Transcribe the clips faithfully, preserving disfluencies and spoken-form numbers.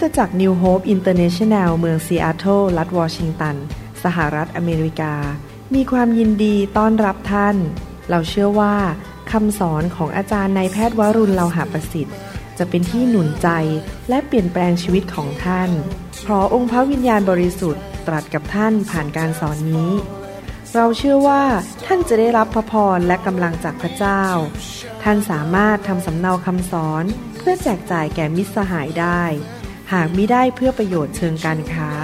ตจักร New Hope International เมืองซีแอตเทิลรัฐวอชิงตันสหรัฐอเมริกามีความยินดีต้อนรับท่านเราเชื่อว่าคำสอนของอาจารย์นายแพทย์วรุณ เลาหะประสิทธิ์จะเป็นที่หนุนใจและเปลี่ยนแปลงชีวิตของท่านขอองค์พระวิญญาณบริสุทธิ์ตรัสกับท่านผ่านการสอนนี้เราเชื่อว่าท่านจะได้รับพระพรและกำลังจากพระเจ้าท่านสามารถทำสำเนาคำสอนเพื่อแจกจ่ายแก่มิตรสหายได้หากมิได้เพื่อประโยชน์เชิงการค้า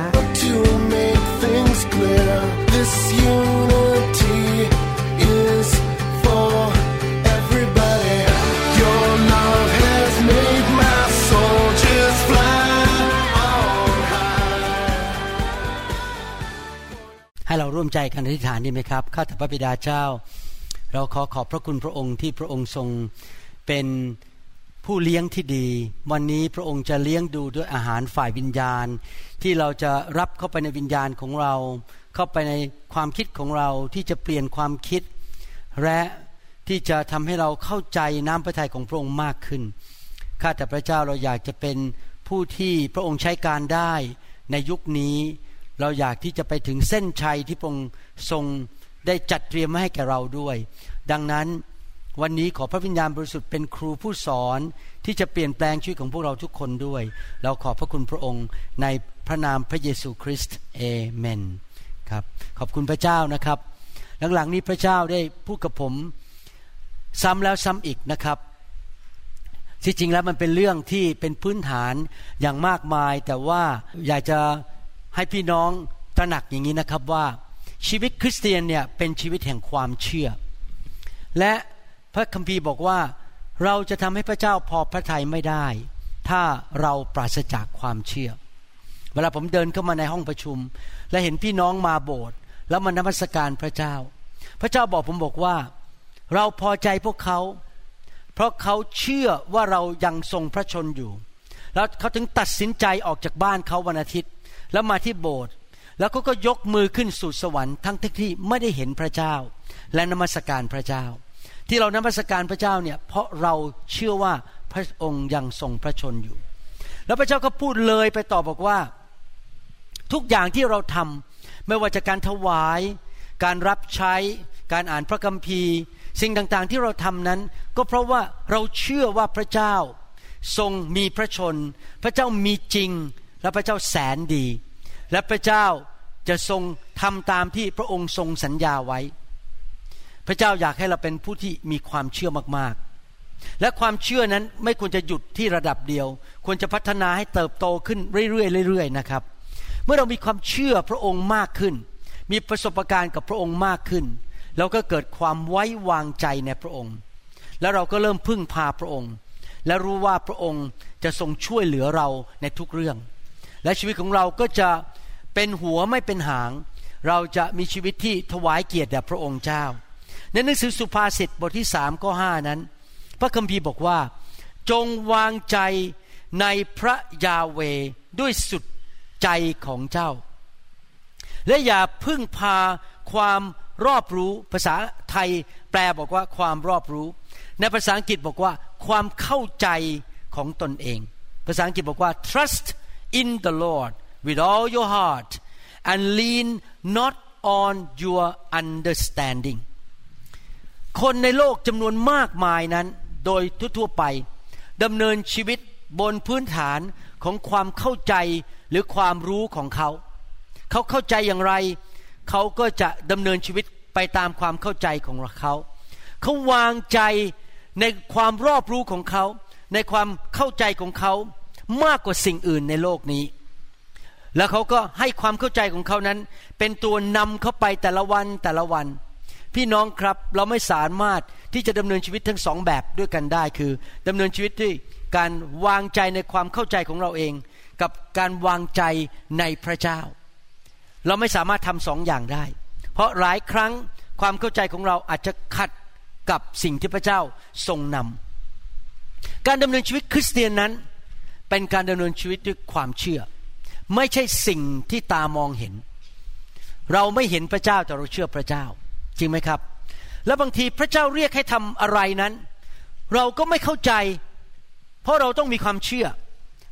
ให้เราร่วมใจกันอธิษฐานดีไหมครับข้าแต่พระบิดาเจ้าเราขอขอบพระคุณพระองค์ที่พระองค์ทรงเป็นผู้เลี้ยงที่ดีวันนี้พระองค์จะเลี้ยงดูด้วยอาหารฝ่ายวิญญาณที่เราจะรับเข้าไปในวิญญาณของเราเข้าไปในความคิดของเราที่จะเปลี่ยนความคิดและที่จะทำให้เราเข้าใจน้ำพระทัยของพระองค์มากขึ้นข้าแต่พระเจ้าเราอยากจะเป็นผู้ที่พระองค์ใช้การได้ในยุคนี้เราอยากที่จะไปถึงเส้นชัยที่พระองค์ทรงได้จัดเตรียมมาให้แก่เราด้วยดังนั้นวันนี้ขอพระวิญญาณบริสุทธิ์เป็นครูผู้สอนที่จะเปลี่ยนแปลงชีวิตของพวกเราทุกคนด้วยเราขอบพระคุณพระองค์ในพระนามพระเยซูคริสต์เอเมนครับขอบคุณพระเจ้านะครับหลังๆนี้พระเจ้าได้พูดกับผมซ้ำแล้วซ้ำอีกนะครับที่จริงแล้วมันเป็นเรื่องที่เป็นพื้นฐานอย่างมากมายแต่ว่าอยากจะให้พี่น้องตระหนักอย่างนี้นะครับว่าชีวิตคริสเตียนเนี่ยเป็นชีวิตแห่งความเชื่อและพระคัมภีร์บอกว่าเราจะทำให้พระเจ้าพอพระทัยไม่ได้ถ้าเราปราศจากความเชื่อเวลาผมเดินเข้ามาในห้องประชุมและเห็นพี่น้องมาโบสถ์แล้วมานมัสการพระเจ้าพระเจ้าบอกผมบอกว่าเราพอใจพวกเขาเพราะเขาเชื่อว่าเรายังทรงพระชนอยู่แล้วเขาถึงตัดสินใจออกจากบ้านเขาวันอาทิตย์แล้วมาที่โบสถ์แล้วเขาก็ยกมือขึ้นสู่สวรรค์ทั้งที่ไม่ได้เห็นพระเจ้าและนมัสการพระเจ้าที่เรานมัสการพระเจ้าเนี่ยเพราะเราเชื่อว่าพระองค์ยังทรงพระชนอยู่แล้วพระเจ้าก็พูดเลยไปต่อบอกว่าทุกอย่างที่เราทำไม่ว่าจะการถวายการรับใช้การอ่านพระคัมภีร์สิ่งต่างๆที่เราทำนั้นก็เพราะว่าเราเชื่อว่าพระเจ้าทรงมีพระชนพระเจ้ามีจริงและพระเจ้าแสนดีและพระเจ้าจะทรงทำตามที่พระองค์ทรงสัญญาไว้พระเจ้าอยากให้เราเป็นผู้ที่มีความเชื่อมากๆและความเชื่อนั้นไม่ควรจะหยุดที่ระดับเดียวควรจะพัฒนาให้เติบโตขึ้นเรื่อยๆเรื่อยๆนะครับเมื่อเรามีความเชื่อพระองค์มากขึ้นมีประสบการณ์กับพระองค์มากขึ้นเราก็เกิดความไว้วางใจในพระองค์แล้วเราก็เริ่มพึ่งพาพระองค์และรู้ว่าพระองค์จะทรงช่วยเหลือเราในทุกเรื่องและชีวิตของเราก็จะเป็นหัวไม่เป็นหางเราจะมีชีวิตที่ถวายเกียรติแด่พระองค์เจ้าในหนังสือสุภาษิตบทที่สามข้อห้านั้นพระคัมภีร์บอกว่าจงวางใจในพระยาเวห์ด้วยสุดใจของเจ้าและอย่าพึ่งพาความรอบรู้ภาษาไทยแปลบอกว่าความรอบรู้ในภาษาอังกฤษบอกว่าความเข้าใจของตนเองภาษาอังกฤษบอกว่า trust in the Lord with all your heart and lean not on your understanding คนในโลกจำนวนมากมายนั้นโดยทั่วๆไปดำเนินชีวิตบนพื้นฐานของความเข้าใจหรือความรู้ของเขาเขาเข้าใจอย่างไรเขาก็จะดำเนินชีวิตไปตามความเข้าใจของเขาเขาวางใจในความรอบรู้ของเขาในความเข้าใจของเขามากกว่าสิ่งอื่นในโลกนี้แล้วเขาก็ให้ความเข้าใจของเขานั้นเป็นตัวนำเขาไปแต่ละวันแต่ละวันพี่น้องครับเราไม่สามารถที่จะดำเนินชีวิตทั้งสองแบบด้วยกันได้คือดำเนินชีวิตด้วยการวางใจในความเข้าใจของเราเองกับการวางใจในพระเจ้าเราไม่สามารถทำสองอย่างได้เพราะหลายครั้งความเข้าใจของเราอาจจะขัดกับสิ่งที่พระเจ้าทรงนำการดำเนินชีวิตคริสเตียนนั้นเป็นการดำเนินชีวิตด้วยความเชื่อไม่ใช่สิ่งที่ตามองเห็นเราไม่เห็นพระเจ้าแต่เราเชื่อพระเจ้าจริงไหมครับแล้วบางทีพระเจ้าเรียกให้ทำอะไรนั้นเราก็ไม่เข้าใจเพราะเราต้องมีความเชื่อ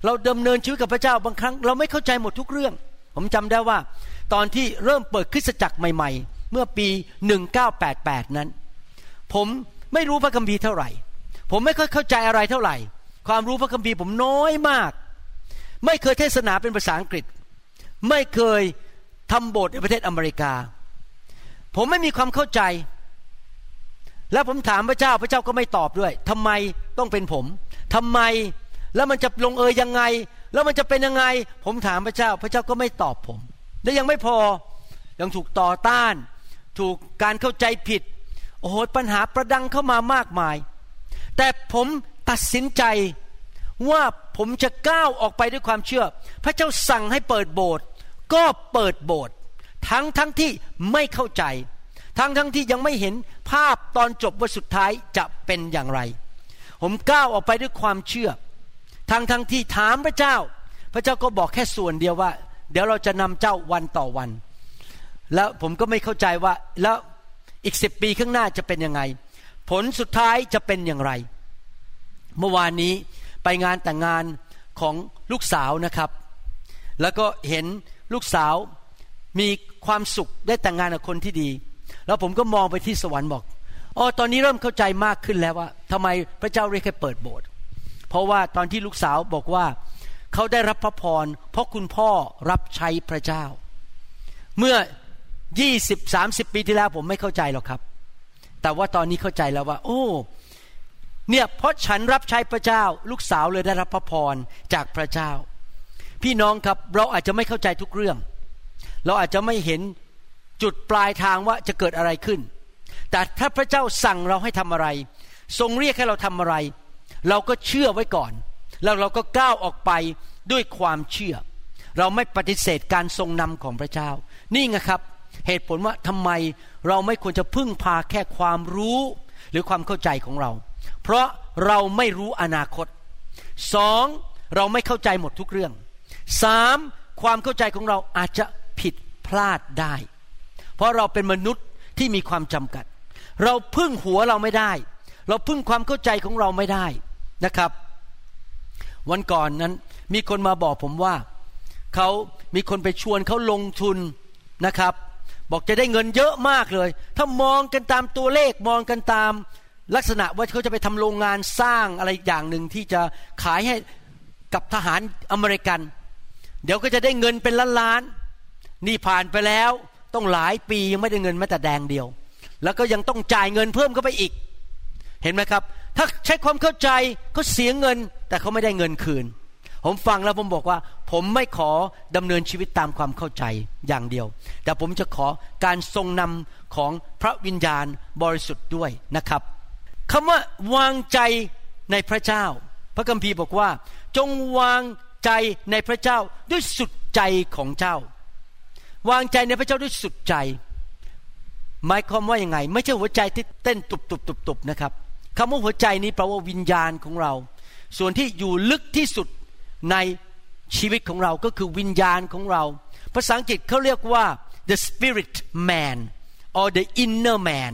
เราดำเนินชีวิตกับพระเจ้าบางครั้งเราไม่เข้าใจหมดทุกเรื่องผมจำได้ว่าตอนที่เริ่มเปิดคริสตจักรใหม่ๆเมื่อปีหนึ่งเก้าแปดแปดนั้นผมไม่รู้พระคัมภีร์เท่าไหร่ผมไม่ค่อยเข้าใจอะไรเท่าไหร่ความรู้พระคัมภีร์ผมน้อยมากไม่เคยเทศนาเป็นภาษาอังกฤษไม่เคยทำโบสถ์ในประเทศอเมริกาผมไม่มีความเข้าใจแล้วผมถามพระเจ้าพระเจ้าก็ไม่ตอบด้วยทำไมต้องเป็นผมทำไมแล้วมันจะลงเอยยังไงแล้วมันจะเป็นยังไงผมถามพระเจ้าพระเจ้าก็ไม่ตอบผมและยังไม่พอยังถูกต่อต้านถูกการเข้าใจผิดโอ้โหปัญหาประดังเข้ามามากมายแต่ผมตัดสินใจว่าผมจะก้าวออกไปด้วยความเชื่อพระเจ้าสั่งให้เปิดโบสถ์ก็เปิดโบสถ์ทั้งทั้งที่ไม่เข้าใจทั้งทั้งที่ยังไม่เห็นภาพตอนจบว่าสุดท้ายจะเป็นอย่างไรผมก้าวออกไปด้วยความเชื่อทั้งทั้งที่ถามพระเจ้าพระเจ้าก็บอกแค่ส่วนเดียวว่าเดี๋ยวเราจะนำเจ้าวันต่อวันแล้วผมก็ไม่เข้าใจว่าแล้วอีกสิบปีข้างหน้าจะเป็นยังไงผลสุดท้ายจะเป็นอย่างไรเมื่อวานนี้ไปงานแต่งงานของลูกสาวนะครับแล้วก็เห็นลูกสาวมีความสุขได้แต่งงานกับคนที่ดีแล้วผมก็มองไปที่สวรรค์บอกอ๋อตอนนี้เริ่มเข้าใจมากขึ้นแล้วว่าทำไมพระเจ้าเรียกให้เปิดโบสถ์เพราะว่าตอนที่ลูกสาวบอกว่าเขาได้รับพระพรเพราะคุณพ่อรับใช้พระเจ้าเมื่อ ยี่สิบ สามสิบ ปีที่แล้วผมไม่เข้าใจหรอกครับแต่ว่าตอนนี้เข้าใจแล้วว่าโอ้เนี่ยเพราะฉันรับใช้พระเจ้าลูกสาวเลยได้รับพระพรจากพระเจ้าพี่น้องครับเราอาจจะไม่เข้าใจทุกเรื่องเราอาจจะไม่เห็นจุดปลายทางว่าจะเกิดอะไรขึ้นแต่ถ้าพระเจ้าสั่งเราให้ทำอะไรทรงเรียกให้เราทำอะไรเราก็เชื่อไว้ก่อนแล้วเราก็ก้าวออกไปด้วยความเชื่อเราไม่ปฏิเสธการทรงนำของพระเจ้านี่ไงครับเหตุผลว่าทำไมเราไม่ควรจะพึ่งพาแค่ความรู้หรือความเข้าใจของเราเพราะเราไม่รู้อนาคตสองเราไม่เข้าใจหมดทุกเรื่องสามความเข้าใจของเราอาจจะผิดพลาดได้เพราะเราเป็นมนุษย์ที่มีความจำกัดเราพึ่งหัวเราไม่ได้เราพึ่งความเข้าใจของเราไม่ได้นะครับวันก่อนนั้นมีคนมาบอกผมว่าเขามีคนไปชวนเขาลงทุนนะครับบอกจะได้เงินเยอะมากเลยถ้ามองกันตามตัวเลขมองกันตามลักษณะว่าเขาจะไปทำโรงงานสร้างอะไรอย่างหนึ่งที่จะขายให้กับทหารอเมริกันเดี๋ยวก็จะได้เงินเป็นล้านๆนี่ผ่านไปแล้วต้องหลายปียังไม่ได้เงินแม้แต่แดงเดียวแล้วก็ยังต้องจ่ายเงินเพิ่มเข้าไปอีกเห็นไหมครับถ้าใช้ความเข้าใจเขาเสียเงินแต่เขาไม่ได้เงินคืนผมฟังแล้วผมบอกว่าผมไม่ขอดำเนินชีวิตตามความเข้าใจอย่างเดียวแต่ผมจะขอการทรงนำของพระวิญญาณบริสุทธิ์ด้วยนะครับคำว่าวางใจในพระเจ้าพระคัมภีร์บอกว่าจงวางใจในพระเจ้าด้วยสุดใจของเจ้าวางใจในพระเจ้าด้วยสุดใจหมายความว่ายังไงไม่ใช่หัวใจที่เต้นตุบๆๆนะครับคำว่าหัวใจนี้แปลว่าวิญญาณของเราส่วนที่อยู่ลึกที่สุดในชีวิตของเราก็คือวิญญาณของเราภาษาอังกฤษเขาเรียกว่า the spirit man or the inner man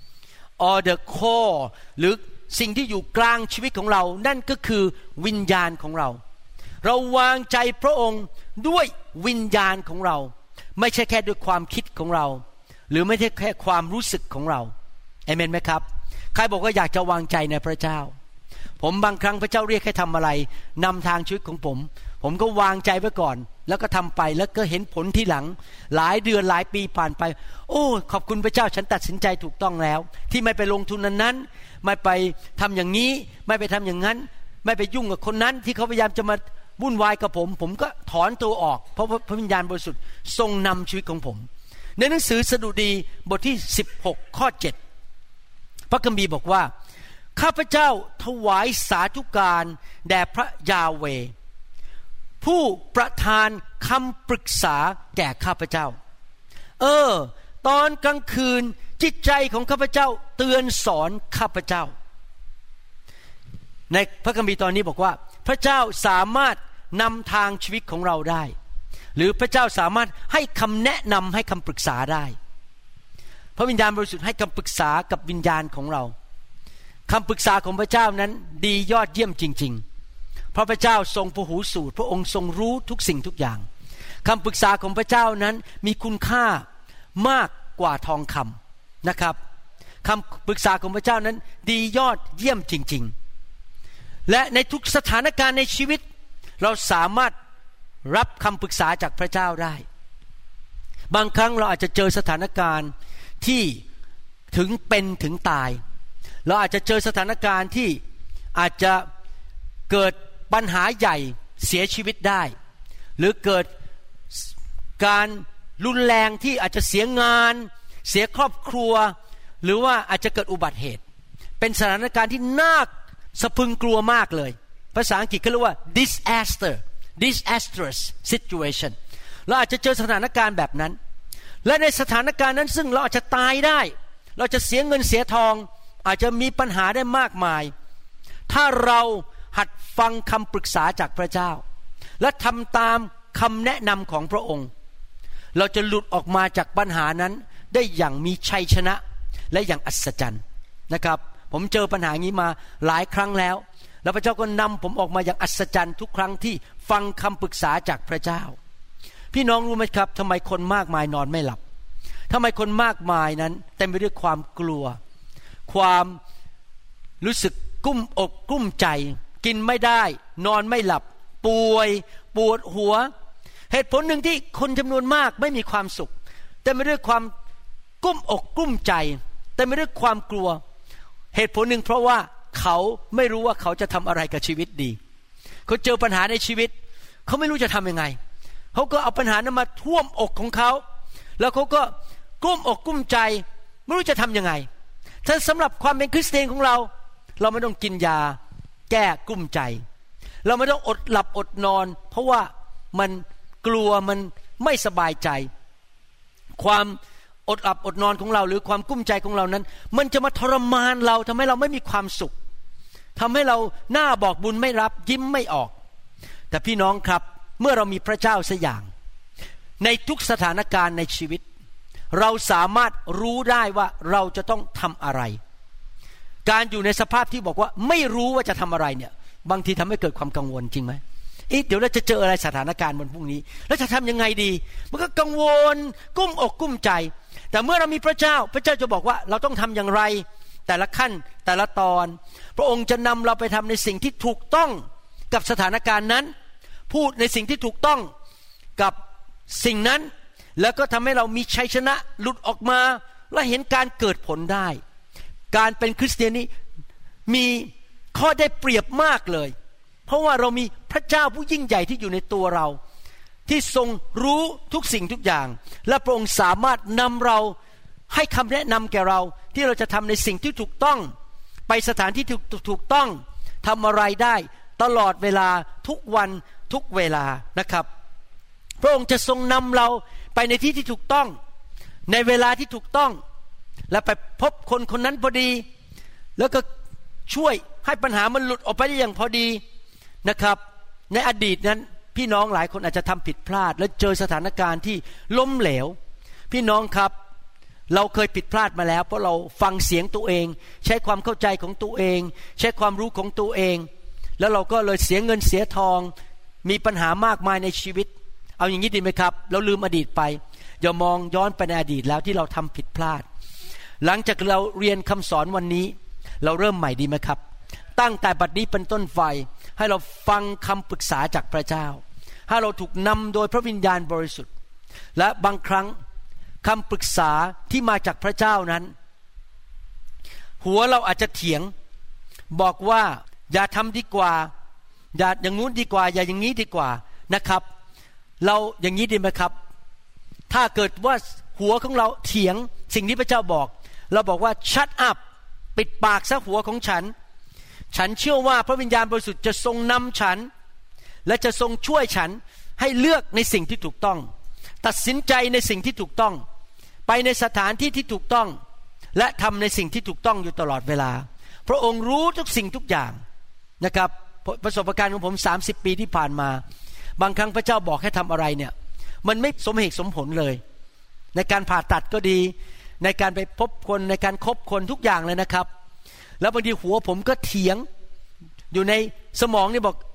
or the core หรือสิ่งที่อยู่กลางชีวิตของเรานั่นก็คือวิญญาณของเราเราวางใจพระองค์ด้วยวิญญาณของเราไม่ใช่แค่ด้วยความคิดของเราหรือไม่ใช่แค่ความรู้สึกของเราเอเมนไหมครับใครบอกว่าอยากจะวางใจในพระเจ้าผมบางครั้งพระเจ้าเรียกให้ทำอะไรนำทางชีวิตของผมผมก็วางใจไว้ก่อนแล้วก็ทำไปแล้วก็เห็นผลที่หลังหลายเดือนหลายปีผ่านไปโอ้ขอบคุณพระเจ้าฉันตัดสินใจถูกต้องแล้วที่ไม่ไปลงทุนนั้นนั้นไม่ไปทำอย่างนี้ไม่ไปทำอย่างนั้นไม่ไปยุ่งกับคนนั้นที่เขาพยายามจะมาวุ่นวายกับผมผมก็ถอนตัวออกเพราะพระวิญญาณบริสุทธิ์ทรงนำชีวิตของผมในหนังสือสดุดีบทที่สิบหกข้อเจ็ดพระคัมภีร์บอกว่าข้าพเจ้าถวายสาธุการแด่พระยาเวห์ผู้ประทานคำปรึกษาแก่ข้าพเจ้าเออตอนกลางคืนจิตใจของข้าพเจ้าเตือนสอนข้าพเจ้าในพระคัมภีร์ตอนนี้บอกว่าพระเจ้าสามารถนำทางชีวิตของเราได้หรือพระเจ้าสามารถให้คำแนะนำให้คำปรึกษาได้พระวิญญาณบริสุทธิ์ให้คำปรึกษากับวิญญาณของเราคำปรึกษาของพระเจ้านั้นดียอดเยี่ยมจริงๆเพราะพระเจ้าทรงพหูสูตรพระองค์ทรงรู้ทุกสิ่งทุกอย่างคำปรึกษาของพระเจ้านั้นมีคุณค่ามากกว่าทองคำนะครับคำปรึกษาของพระเจ้านั้นดียอดเยี่ยมจริงๆและในทุกสถานการณ์ในชีวิตเราสามารถรับคำปรึกษาจากพระเจ้าได้บางครั้งเราอาจจะเจอสถานการณ์ที่ถึงเป็นถึงตายเราอาจจะเจอสถานการณ์ที่อาจจะเกิดปัญหาใหญ่เสียชีวิตได้หรือเกิดการรุนแรงที่อาจจะเสียงานเสียครอบครัวหรือว่าอาจจะเกิดอุบัติเหตุเป็นสถานการณ์ที่น่าสะพรึงกลัวมากเลยภาษาอังกฤษเขาเรียกว่า disaster disastrous situation เราอาจจะเจอสถานการณ์แบบนั้นและในสถานการณ์นั้นซึ่งเราอาจจะตายได้เราจะเสียเงินเสียทองอาจจะมีปัญหาได้มากมายถ้าเราหัดฟังคำปรึกษาจากพระเจ้าและทำตามคำแนะนำของพระองค์เราจะหลุดออกมาจากปัญหานั้นได้อย่างมีชัยชนะและอย่างอัศจรรย์นะครับผมเจอปัญหาอย่างนี้มาหลายครั้งแล้วแล้วพระเจ้าก็นำผมออกมาอย่างอัศจรรย์ทุกครั้งที่ฟังคำปรึกษาจากพระเจ้าพี่น้องรู้ไหมครับทำไมคนมากมายนอนไม่หลับทำไมคนมากมายนั้นเต็มไปด้วยความกลัวความรู้สึกกุ้มอกกุ้มใจกินไม่ได้นอนไม่หลับป่วยปวดหัวเหตุผลหนึ่งที่คนจำนวนมากไม่มีความสุขเต็มไปด้วยความกุ้มอกกุ้มใจเต็มไปด้วยความกลัวเหตุผลหนึ่งเพราะว่าเขาไม่รู้ว่าเขาจะทำอะไรกับชีวิตดีเขาเจอปัญหาในชีวิตเขาไม่รู้จะทำยังไงเขาก็เอาปัญหานั้นมาท่วมอกของเขาแล้วเขาก็กุ้มอกกุ้มใจไม่รู้จะทำยังไงถ้าสำหรับความเป็นคริสเตียนของเราเราไม่ต้องกินยาแก้กุ้มใจเราไม่ต้องอดหลับอดนอนเพราะว่ามันกลัวมันไม่สบายใจความอดหลับอดนอนของเราหรือความกุ้มใจของเรานั้นมันจะมาทรมานเราทำให้เราไม่มีความสุขทำให้เราหน้าบอกบุญไม่รับยิ้มไม่ออกแต่พี่น้องครับเมื่อเรามีพระเจ้าสักอย่างในทุกสถานการณ์ในชีวิตเราสามารถรู้ได้ว่าเราจะต้องทำอะไรการอยู่ในสภาพที่บอกว่าไม่รู้ว่าจะทำอะไรเนี่ยบางทีทำให้เกิดความกังวลจริงไหมเอ๊ะเดี๋ยวเราจะเจออะไรสถานการณ์วันพรุ่งนี้แล้วจะทำยังไงดีมันก็กังวลกุ้มอกกุ้มใจแต่เมื่อเรามีพระเจ้าพระเจ้าจะบอกว่าเราต้องทำอย่างไรแต่ละขั้นแต่ละตอนพระองค์จะนำเราไปทำในสิ่งที่ถูกต้องกับสถานการณ์นั้นพูดในสิ่งที่ถูกต้องกับสิ่งนั้นแล้วก็ทำให้เรามีชัยชนะหลุดออกมาและเห็นการเกิดผลได้การเป็นคริสเตียนนี้มีข้อได้เปรียบมากเลยเพราะว่าเรามีพระเจ้าผู้ยิ่งใหญ่ที่อยู่ในตัวเราที่ทรงรู้ทุกสิ่งทุกอย่างและพระองค์สามารถนำเราให้คำแนะนำแก่เราที่เราจะทำในสิ่งที่ถูกต้องไปสถานที่ถูกถูกต้องทำอะไรได้ตลอดเวลาทุกวันทุกเวลานะครับพระองค์จะทรงนำเราไปในที่ที่ถูกต้องในเวลาที่ถูกต้องและไปพบคนคนนั้นพอดีแล้วก็ช่วยให้ปัญหามันหลุดออกไปได้อย่างพอดีนะครับในอดีตนั้นพี่น้องหลายคนอาจจะทำผิดพลาดและเจอสถานการณ์ที่ล้มเหลวพี่น้องครับเราเคยผิดพลาดมาแล้วเพราะเราฟังเสียงตัวเองใช้ความเข้าใจของตัวเองใช้ความรู้ของตัวเองแล้วเราก็เลยเสียเงินเสียทองมีปัญหามากมายในชีวิตเอาอย่างนี้ดีไหมครับเราลืมอดีตไปอย่ามองย้อนไปในอดีตแล้วที่เราทำผิดพลาดหลังจากเราเรียนคำสอนวันนี้เราเริ่มใหม่ดีไหมครับตั้งแต่บัดนี้เป็นต้นไปให้เราฟังคำปรึกษาจากพระเจ้าให้เราถูกนำโดยพระวิญญาณบริสุทธิ์และบางครั้งคำปรึกษาที่มาจากพระเจ้านั้นหัวเราอาจจะเถียงบอกว่าอย่าทำดีกว่าอย่าอย่างนู้นดีกว่าอย่าอย่างนี้ดีกว่านะครับเราอย่างนี้ดีไหมครับถ้าเกิดว่าหัวของเราเถียงสิ่งที่พระเจ้าบอกเราบอกว่า shut up ปิดปากซะหัวของฉันฉันเชื่อว่าพระวิญญาณบริสุทธิ์จะทรงนำฉันและจะทรงช่วยฉันให้เลือกในสิ่งที่ถูกต้องตัดสินใจในสิ่งที่ถูกต้องไปในสถานที่ที่ถูกต้องและทำในสิ่งที่ถูกต้องอยู่ตลอดเวลาพระองค์รู้ทุกสิ่งทุกอย่างนะครับประสบการณ์ของผมสามสิบปีที่ผ่านมาบางครั้งพระเจ้าบอกให้ทำอะไรเนี่ยมันไม่สมเหตุสมผลเลยในการผ่าตัดก็ดีในการไปพบคนในการคบคนทุกอย่างเลยนะครับแล้วบางทีหัวผมก็เถียงอยู่ในสมองนี่บอก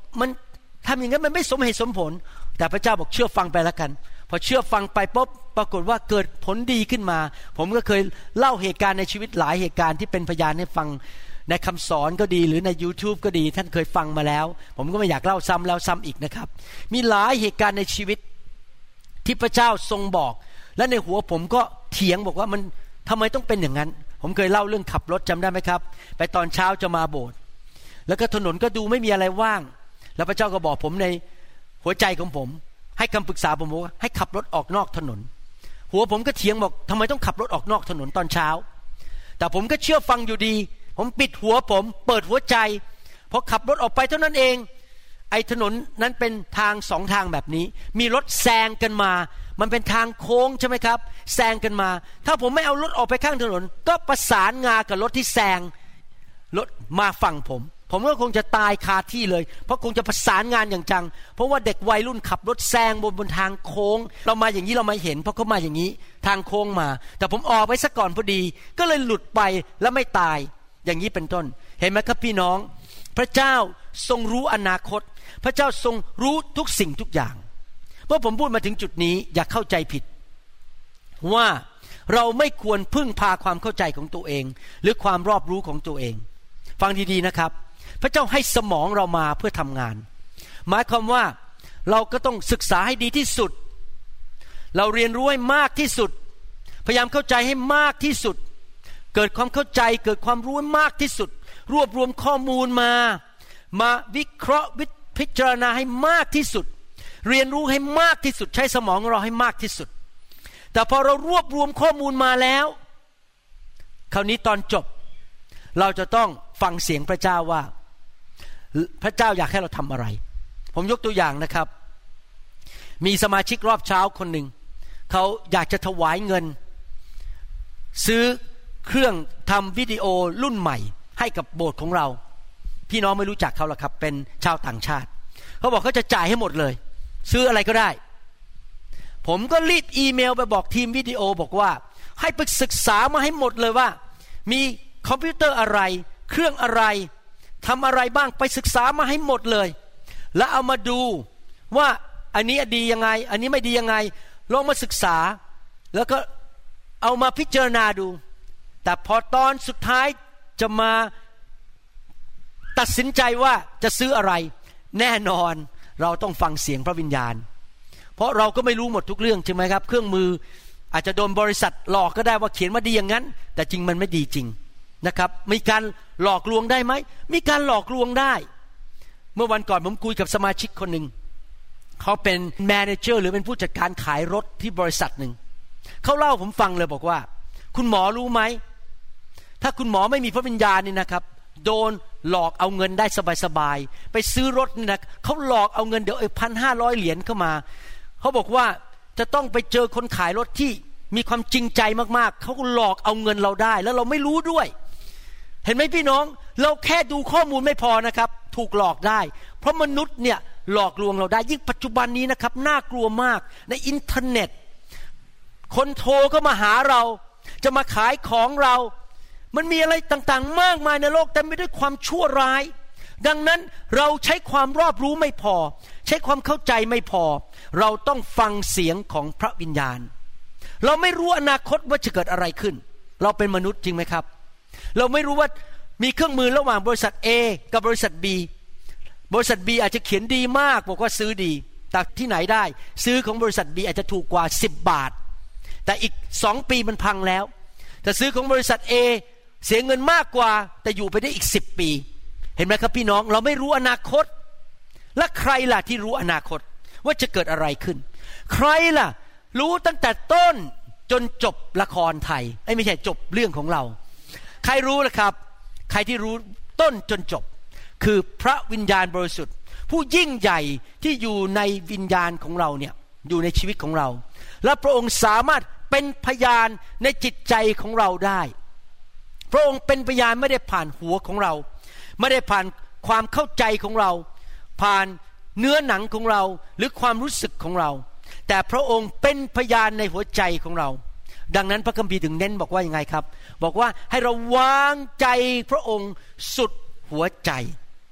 มันทำอย่างนั้นมันไม่สมเหตุสมผลแต่พระเจ้าบอกเชื่อฟังไปแล้วกันพอเชื่อฟังไปปุ๊บปรากฏว่าเกิดผลดีขึ้นมาผมก็เคยเล่าเหตุการณ์ในชีวิตหลายเหตุการณ์ที่เป็นพยานให้ฟังในคำสอนก็ดีหรือใน YouTube ก็ดีท่านเคยฟังมาแล้วผมก็ไม่อยากเล่าซ้ำแล้วซ้ำอีกนะครับมีหลายเหตุการณ์ในชีวิตที่พระเจ้าทรงบอกและในหัวผมก็เถียงบอกว่ามันทำไมต้องเป็นอย่างนั้นผมเคยเล่าเรื่องขับรถจำได้ไหมครับไปตอนเช้าจะมาโบสถ์แล้วก็ถนนก็ดูไม่มีอะไรว่างแล้วพระเจ้าก็บอกผมในหัวใจของผมให้คำปรึกษาผมว่าให้ขับรถออกนอกถนนหัวผมก็เถียงบอกทำไมต้องขับรถออกนอกถนนตอนเช้าแต่ผมก็เชื่อฟังอยู่ดีผมปิดหัวผมเปิดหัวใจพอขับรถออกไปเท่านั้นเองไอ้ถนนนั้นเป็นทางสองทางแบบนี้มีรถแซงกันมามันเป็นทางโค้งใช่ไหมครับแซงกันมาถ้าผมไม่เอารถออกไปข้างถนนก็ประสานงากับรถที่แซงรถมาฝั่งผมผมก็คงจะตายคาที่เลยเพราะคงจะประสานงานอย่างจังเพราะว่าเด็กวัยรุ่นขับรถแซงบนบนทางโค้งเรามาอย่างนี้เราไม่เห็นเพราะเขามาอย่างนี้ทางโค้งมาแต่ผมออกไปซะก่อนพอดีก็เลยหลุดไปแล้วไม่ตายอย่างนี้เป็นต้นเห็นไหมครับพี่น้องพระเจ้าทรงรู้อนาคตพระเจ้าทรงรู้ทุกสิ่งทุกอย่างเมื่อผมพูดมาถึงจุดนี้อย่าเข้าใจผิดว่าเราไม่ควรพึ่งพาความเข้าใจของตัวเองหรือความรอบรู้ของตัวเองฟังดีๆนะครับพระเจ้าให้สมองเรามาเพื่อทำงานหมายความว่าเราก็ต้องศึกษาให้ดีที่สุดเราเรียนรู้ให้มากที่สุดพยายามเข้าใจให้มากที่สุดเกิดความเข้าใจเกิดความรู้ให้มากที่สุดรวบรวมข้อมูลมามาวิเคราะห์พิจารณาให้มากที่สุดเรียนรู้ให้มากที่สุดใช้สมองของเราให้มากที่สุดแต่พอเรารวบรวมข้อมูลมาแล้วคราวนี้ตอนจบเราจะต้องฟังเสียงพระเจ้าว่าพระเจ้าอยากให้เราทำอะไรผมยกตัวอย่างนะครับมีสมาชิกรอบเช้าคนหนึ่งเขาอยากจะถวายเงินซื้อเครื่องทำวิดีโอรุ่นใหม่ให้กับโบสถ์ของเราพี่น้องไม่รู้จักเขาหรอกครับเป็นชาวต่างชาติเขาบอกเขาจะจ่ายให้หมดเลยซื้ออะไรก็ได้ผมก็รีบอีเมลไปบอกทีมวิดีโอบอกว่าให้ไปศึกษามาให้หมดเลยว่ามีคอมพิวเตอร์อะไรเครื่องอะไรทำอะไรบ้างไปศึกษามาให้หมดเลยแล้วเอามาดูว่าอันนี้ดียังไงอันนี้ไม่ดียังไงลองมาศึกษาแล้วก็เอามาพิจารณาดูแต่พอตอนสุดท้ายจะมาตัดสินใจว่าจะซื้ออะไรแน่นอนเราต้องฟังเสียงพระวิญญาณเพราะเราก็ไม่รู้หมดทุกเรื่องใช่ไหมครับเครื่องมืออาจจะโดนบริษัทหลอกก็ได้ว่าเขียนมาดีอย่างนั้นแต่จริงมันไม่ดีจริงนะครับมีการหลอกลวงได้ไหมมีการหลอกลวงได้เมื่อวันก่อนผมคุยกับสมาชิกคนหนึ่งเขาเป็นแมเนเจอร์หรือเป็นผู้จัดการขายรถที่บริษัทหนึ่งเขาเล่าผมฟังเลยบอกว่าคุณหมอรู้ไหมถ้าคุณหมอไม่มีพระวิญญาณนี่นะครับโดนหลอกเอาเงินได้สบายๆไปซื้อรถนี่นะเขาหลอกเอาเงินเดี๋ยวไอ้พันห้าร้อยเหรียญเข้ามาเขาบอกว่าจะต้องไปเจอคนขายรถที่มีความจริงใจมากๆเขาก็หลอกเอาเงินเราได้แล้วเราไม่รู้ด้วยเห็นไหมพี่น้องเราแค่ดูข้อมูลไม่พอนะครับถูกหลอกได้เพราะมนุษย์เนี่ยหลอกลวงเราได้ยิ่งปัจจุบันนี้นะครับน่ากลัวมากในอินเทอร์เน็ตคนโทรเข้ามาหาเราจะมาขายของเรามันมีอะไรต่างๆมากมายในโลกแต่ไม่ด้วยความชั่วร้ายดังนั้นเราใช้ความรอบรู้ไม่พอใช้ความเข้าใจไม่พอเราต้องฟังเสียงของพระวิญญาณเราไม่รู้อนาคตว่าจะเกิดอะไรขึ้นเราเป็นมนุษย์จริงไหมครับเราไม่รู้ว่ามีเครื่องมือระหว่างบริษัท A กับบริษัท B บริษัท B อาจจะเขียนดีมากบอกว่าซื้อดีแต่ที่ไหนได้ซื้อของบริษัท B อาจจะถูกกว่าสิบบาทแต่อีกสองปีมันพังแล้วแต่ซื้อของบริษัท A เสียเงินมากกว่าแต่อยู่ไปได้อีกสิบปีเห็นไหมครับพี่น้องเราไม่รู้อนาคตและใครล่ะที่รู้อนาคตว่าจะเกิดอะไรขึ้นใครล่ะรู้ตั้งแต่ต้นจนจบละครไทยไอ้ไม่ใช่จบเรื่องของเราใครรู้ล่ะครับใครที่รู้ต้นจนจบคือพระวิญญาณบริสุทธิ์ผู้ยิ่งใหญ่ที่อยู่ในวิญญาณของเราเนี่ยอยู่ในชีวิตของเราและพระองค์สามารถเป็นพยานในจิตใจของเราได้พระองค์เป็นพยานไม่ได้ผ่านหัวของเราไม่ได้ผ่านความเข้าใจของเราผ่านเนื้อหนังของเราหรือความรู้สึกของเราแต่พระองค์เป็นพยานในหัวใจของเราดังนั้นพระคัมภีร์ถึงเน้นบอกว่ายังไงครับบอกว่าให้เราวางใจพระองค์สุดหัวใจ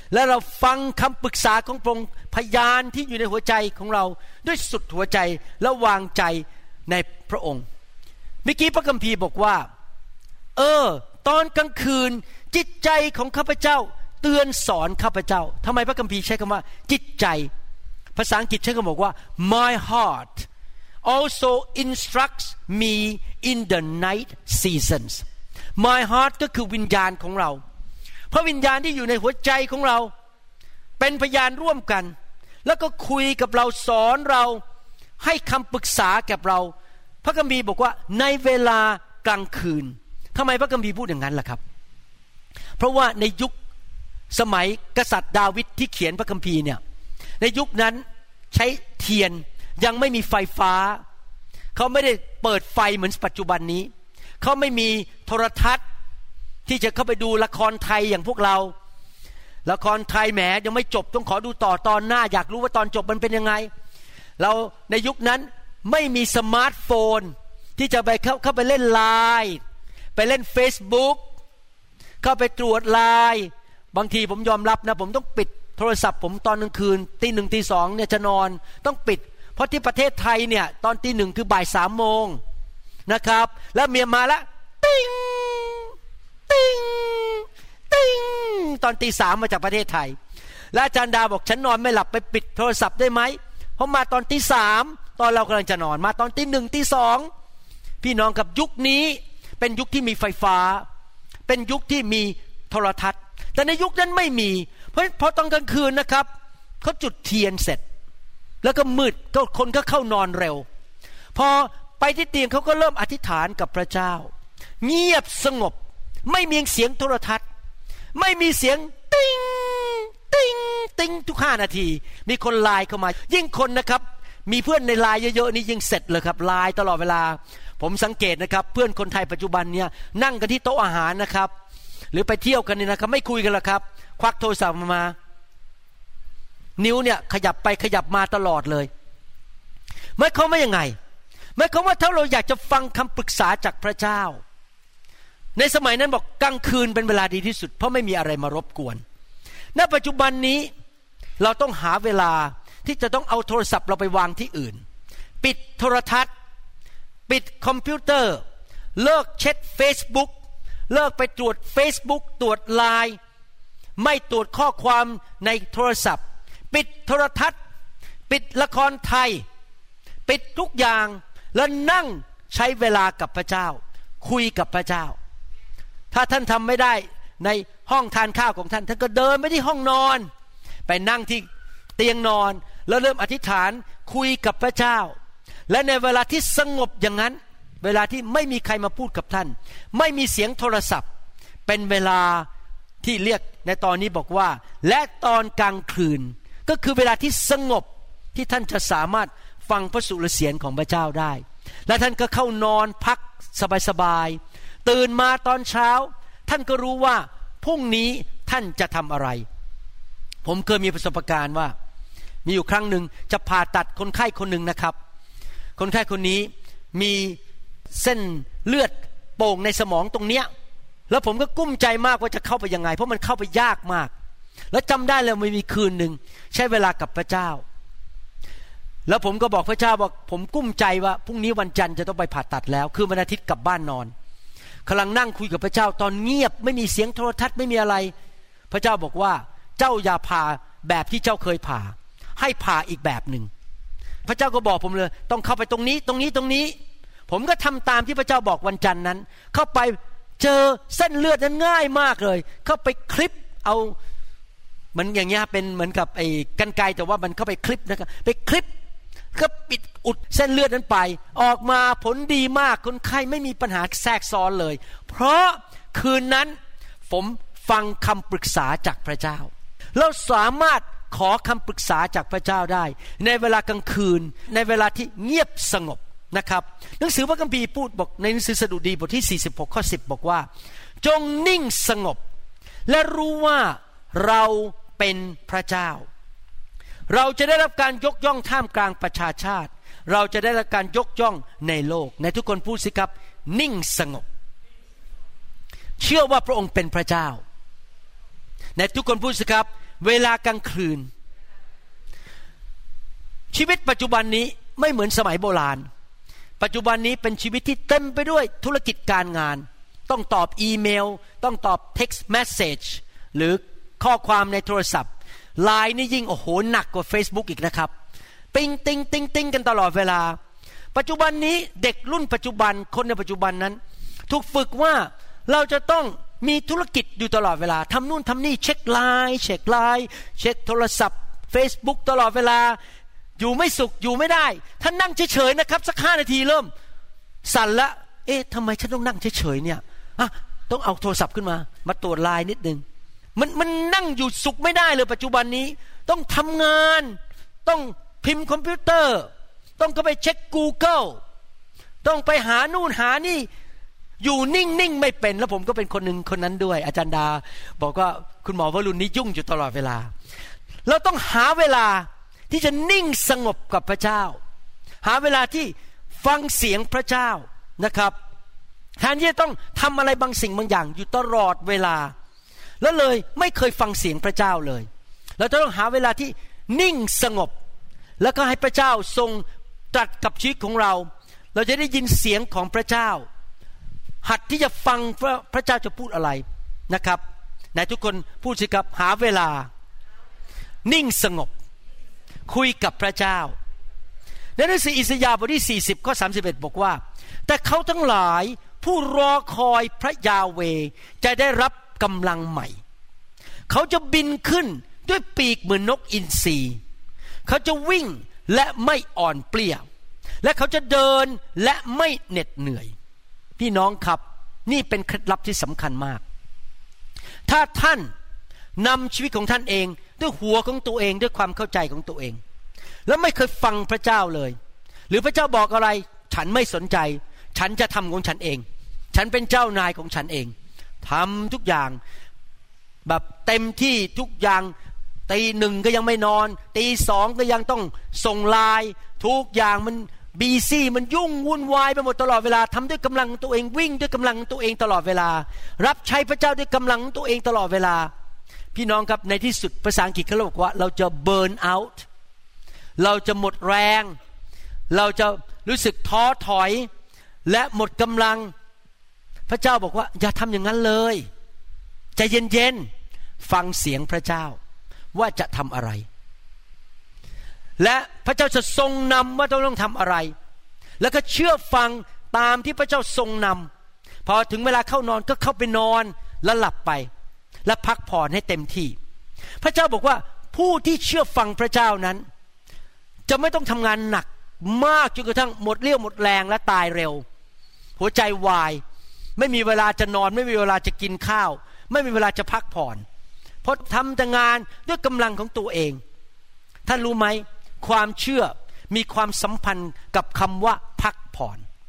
และเราฟังคำปรึกษาของพระองค์พยานที่อยู่ในหัวใจของเราด้วยสุดหัวใจและวางใจในพระองค์เมื่อกี้พระคัมภีร์บอกว่าเออตอนกลางคืนจิตใจของข้าพเจ้าเตือนสอนข้าพเจ้าทำไมพระคัมภีร์ใช้คำว่าจิตใจภาษาอังกฤษใช้คำบอกว่า my heart also instructs me in the night seasons my heart ก็คือวิญญาณของเราพระวิญญาณที่อยู่ในหัวใจของเราเป็นพยานร่วมกันแล้วก็คุยกับเราสอนเราให้คำปรึกษาแก่เราพระคัมภีร์บอกว่าในเวลากลางคืนทำไมพระคัมภีร์พูดอย่างนั้นล่ะครับเพราะว่าในยุคสมัยกษัตริย์ดาวิดที่เขียนพระคัมภีร์เนี่ยในยุคนั้นใช้เทียนยังไม่มีไฟฟ้าเขาไม่ได้เปิดไฟเหมือนปัจจุบันนี้เขาไม่มีโทรทัศน์ที่จะเข้าไปดูละครไทยอย่างพวกเราละครไทยแหมยังไม่จบต้องขอดูต่อตอนหน้าอยากรู้ว่าตอนจบมันเป็นยังไงเราในยุคนั้นไม่มีสมาร์ทโฟนที่จะไปเข้าเข้าไปเล่นไลน์ไปเล่น Facebook เข้าไปตรวจไลน์บางทีผมยอมรับนะผมต้องปิดโทรศัพท์ผมตอนกลางคืนตีหนึ่งตีสองเนี่ยจะนอนต้องปิดเพราะที่ประเทศไทยเนี่ยตอนตีหนึ่งคือบ่ายสามโมงนะครับแล้วเมียมาแล้วติ้งติ้งติ้งตอนตีสามมาจากประเทศไทยและอาจารย์ดาบอกฉันนอนไม่หลับไปปิดโทรศัพท์ได้ไหมเพราะมาตอนตีสามตอนเรากำลังจะนอนมาตอนตีหนึ่งตีสองพี่น้องกับยุคนี้เป็นยุคที่มีไฟฟ้าเป็นยุคที่มีโทรทัศน์แต่ในยุคนั้นไม่มีเพราะพอตอนกลางคืนนะครับเขาจุดเทียนเสร็จแล้วก็มืดก็คนก็เข้านอนเร็วพอไปที่เตียงเขาก็เริ่มอธิษฐานกับพระเจ้าเงียบสงบไม่มีเสียงโทรทัศน์ไม่มีเสียงติ้งติ้งติ้งทุกห้านาทีมีคนไลน์เข้ามายิ่งคนนะครับมีเพื่อนในไลน์เยอะๆนี่ยิ่งเสร็จเลยครับไลน์ตลอดเวลาผมสังเกตนะครับเพื่อนคนไทยปัจจุบันเนี่ยนั่งกันที่โต๊ะอาหารนะครับหรือไปเที่ยวกันนี่นะครับไม่คุยกันหรอกครับควักโทรศัพท์มานิ้วเนี่ยขยับไปขยับมาตลอดเลยหมายความว่ายังไงหมายความว่าถ้าเราอยากจะฟังคำปรึกษาจากพระเจ้าในสมัยนั้นบอกกลางคืนเป็นเวลาดีที่สุดเพราะไม่มีอะไรมารบกวนณปัจจุบันนี้เราต้องหาเวลาที่จะต้องเอาโทรศัพท์เราไปวางที่อื่นปิดโทรทัศน์ปิดคอมพิวเตอร์เลิกเช็ค Facebook เลิกไปตรวจ Facebook ตรวจ ไลน์ ไม่ตรวจข้อความในโทรศัพท์ปิดโทรทัศน์ปิดละครไทยปิดทุกอย่างแล้วนั่งใช้เวลากับพระเจ้าคุยกับพระเจ้าถ้าท่านทำไม่ได้ในห้องทานข้าวของท่านท่านก็เดินไปที่ห้องนอนไปนั่งที่เตียงนอนแล้วเริ่มอธิษฐานคุยกับพระเจ้าและในเวลาที่สงบอย่างนั้นเวลาที่ไม่มีใครมาพูดกับท่านไม่มีเสียงโทรศัพท์เป็นเวลาที่เรียกในตอนนี้บอกว่าและตอนกลางคืนก็คือเวลาที่สงบที่ท่านจะสามารถฟังพระสุรเสียงของพระเจ้าได้และท่านก็เข้านอนพักสบายๆตื่นมาตอนเช้าท่านก็รู้ว่าพรุ่งนี้ท่านจะทำอะไรผมเคยมีประสบการณ์ว่ามีอยู่ครั้งหนึ่งจะผ่าตัดคนไข้คนหนึ่งนะครับคนไข้คนนี้มีเส้นเลือดโป่งในสมองตรงเนี้ยแล้วผมก็กุ้มใจมากว่าจะเข้าไปยังไงเพราะมันเข้าไปยากมากแล้วจำได้เลยมันมีคืนหนึ่งใช้เวลากับพระเจ้าแล้วผมก็บอกพระเจ้าบอกผมกุ้มใจว่าพรุ่งนี้วันจันทร์จะต้องไปผ่าตัดแล้วคือวันอาทิตย์กลับบ้านนอนกำลังนั่งคุยกับพระเจ้าตอนเงียบไม่มีเสียงโทรทัศน์ไม่มีอะไรพระเจ้าบอกว่าเจ้าอย่าผ่าแบบที่เจ้าเคยผ่าให้ผ่าอีกแบบหนึ่งพระเจ้าก็บอกผมเลยต้องเข้าไปตรงนี้ตรงนี้ตรงนี้ผมก็ทำตามที่พระเจ้าบอกวันจันทร์นั้นเข้าไปเจอเส้นเลือดนั้นง่ายมากเลยเข้าไปคลิปเอามันอย่างเงี้ยเป็นเหมือนกับไอ้กรรไกรแต่ว่ามันเข้าไปคลิปนะครับไปคลิปก็ปิดอุดเส้นเลือดนั้นไปออกมาผลดีมากคนไข้ไม่มีปัญหาแทรกซ้อนเลยเพราะคืนนั้นผมฟังคำปรึกษาจากพระเจ้าเราสามารถขอคำปรึกษาจากพระเจ้าได้ในเวลากลางคืนในเวลาที่เงียบสงบนะครับหนังสือพระคัมภีร์พูดบอกในหนังสือสดุดีบทที่สี่สิบหกข้อสิบบอกว่าจงนิ่งสงบและรู้ว่าเราเป็นพระเจ้าเราจะได้รับการยกย่องท่ามกลางประชาชาติเราจะได้รับการยกย่องในโลกในทุกคนพูดสิครับนิ่งสงบเชื่อว่าพระองค์เป็นพระเจ้าในทุกคนพูดสิครับเวลากลางคืนชีวิตปัจจุบันนี้ไม่เหมือนสมัยโบราณปัจจุบันนี้เป็นชีวิตที่เต็มไปด้วยธุรกิจการงานต้องตอบอีเมลต้องตอบ text message หรือข้อความในโทรศัพท์ ไลน์ นี่ยิ่งโอ้โหหนักกว่า Facebook อีกนะครับปิ๊งติ๊งติ๊งติ๊งกันตลอดเวลาปัจจุบันนี้เด็กรุ่นปัจจุบันคนในปัจจุบันนั้นถูกฝึกว่าเราจะต้องมีธุรกิจอยู่ตลอดเวลาทำนู่นทำนี่เช็คไลน์เช็คไลน์เช็คโทรศัพท์ Facebook ตลอดเวลาอยู่ไม่สุขอยู่ไม่ได้ท่านนั่งเฉยๆนะครับสักห้านาทีเริ่มสั่นละเอ๊ะทำไมฉันต้องนั่งเฉยๆเนี่ยอ่ะต้องเอาโทรศัพท์ขึ้นมามาตรวจไลน์นิดนึงมันมันนั่งอยู่สุขไม่ได้เลยปัจจุบันนี้ต้องทำงานต้องพิมพ์คอมพิวเตอร์ต้องก็ไปเช็ค Google ต้องไปหานู่นหานี่อยู่นิ่งๆไม่เป็นแล้วผมก็เป็นคนหนึ่งคนนั้นด้วยอาจารย์ดาบอกว่าคุณหมอวรุณนี่ยุ่งอยู่ตลอดเวลาเราต้องหาเวลาที่จะนิ่งสงบกับพระเจ้าหาเวลาที่ฟังเสียงพระเจ้านะครับแทนที่จะต้องทำอะไรบางสิ่งบางอย่างอยู่ตลอดเวลาแล้วเลยไม่เคยฟังเสียงพระเจ้าเลยเราจะต้องหาเวลาที่นิ่งสงบแล้วก็ให้พระเจ้าทรงตรัสกับชีวิตของเราเราจะได้ยินเสียงของพระเจ้าหัดที่จะฟังว่าพระเจ้าจะพูดอะไรนะครับไหนทุกคนพูดสิครับหาเวลานิ่งสงบคุยกับพระเจ้าในหนังสืออิสยาห์บทที่สี่สิบข้อสามสิบเอ็ดบอกว่าแต่เขาทั้งหลายผู้รอคอยพระยาเวห์จะได้รับกำลังใหม่เขาจะบินขึ้นด้วยปีกเหมือนนกอินทรีเขาจะวิ่งและไม่อ่อนเปลี้ยและเขาจะเดินและไม่เหน็ดเหนื่อยพี่น้องครับนี่เป็นเคล็ดลับที่สำคัญมากถ้าท่านนำชีวิตของท่านเองด้วยหัวของตัวเองด้วยความเข้าใจของตัวเองแล้วไม่เคยฟังพระเจ้าเลยหรือพระเจ้าบอกอะไรฉันไม่สนใจฉันจะทำของฉันเองฉันเป็นเจ้านายของฉันเองทำทุกอย่างแบบเต็มที่ทุกอย่างตีหนึ่งก็ยังไม่นอนตีสองก็ยังต้องส่งไลน์ทุกอย่างมันบีซี่มันยุ่งวุ่นวายไปหมดตลอดเวลาทำด้วยกำลังตัวเองวิ่งด้วยกำลังตัวเองตลอดเวลารับใช้พระเจ้าด้วยกำลังตัวเองตลอดเวลาพี่น้องครับในที่สุดภาษาอังกฤษเขาบอกว่าเราจะ burn out เราจะหมดแรงเราจะรู้สึกท้อถอยและหมดกำลังพระเจ้าบอกว่าอย่าทำอย่างนั้นเลยใจเย็นๆฟังเสียงพระเจ้าว่าจะทำอะไรและพระเจ้าจะทรงนำว่าต้องทำอะไรแล้วก็เชื่อฟังตามที่พระเจ้าทรงนำพอถึงเวลาเข้านอนก็เข้าไปนอนแล้วหลับไปและพักผ่อนให้เต็มที่พระเจ้าบอกว่าผู้ที่เชื่อฟังพระเจ้านั้นจะไม่ต้องทำงานหนักมากจนกระทั่งหมดเรี่ยวหมดแรงและตายเร็วหัวใจวายไม่มีเวลาจะนอนไม่มีเวลาจะกินข้าวไม่มีเวลาจะพักผ่อนเพราะทำแต่งานด้วยกำลังของตัวเองท่านรู้ไหมความเชื่อมีความสัมพันธ์กับคำว่าพักผ่อน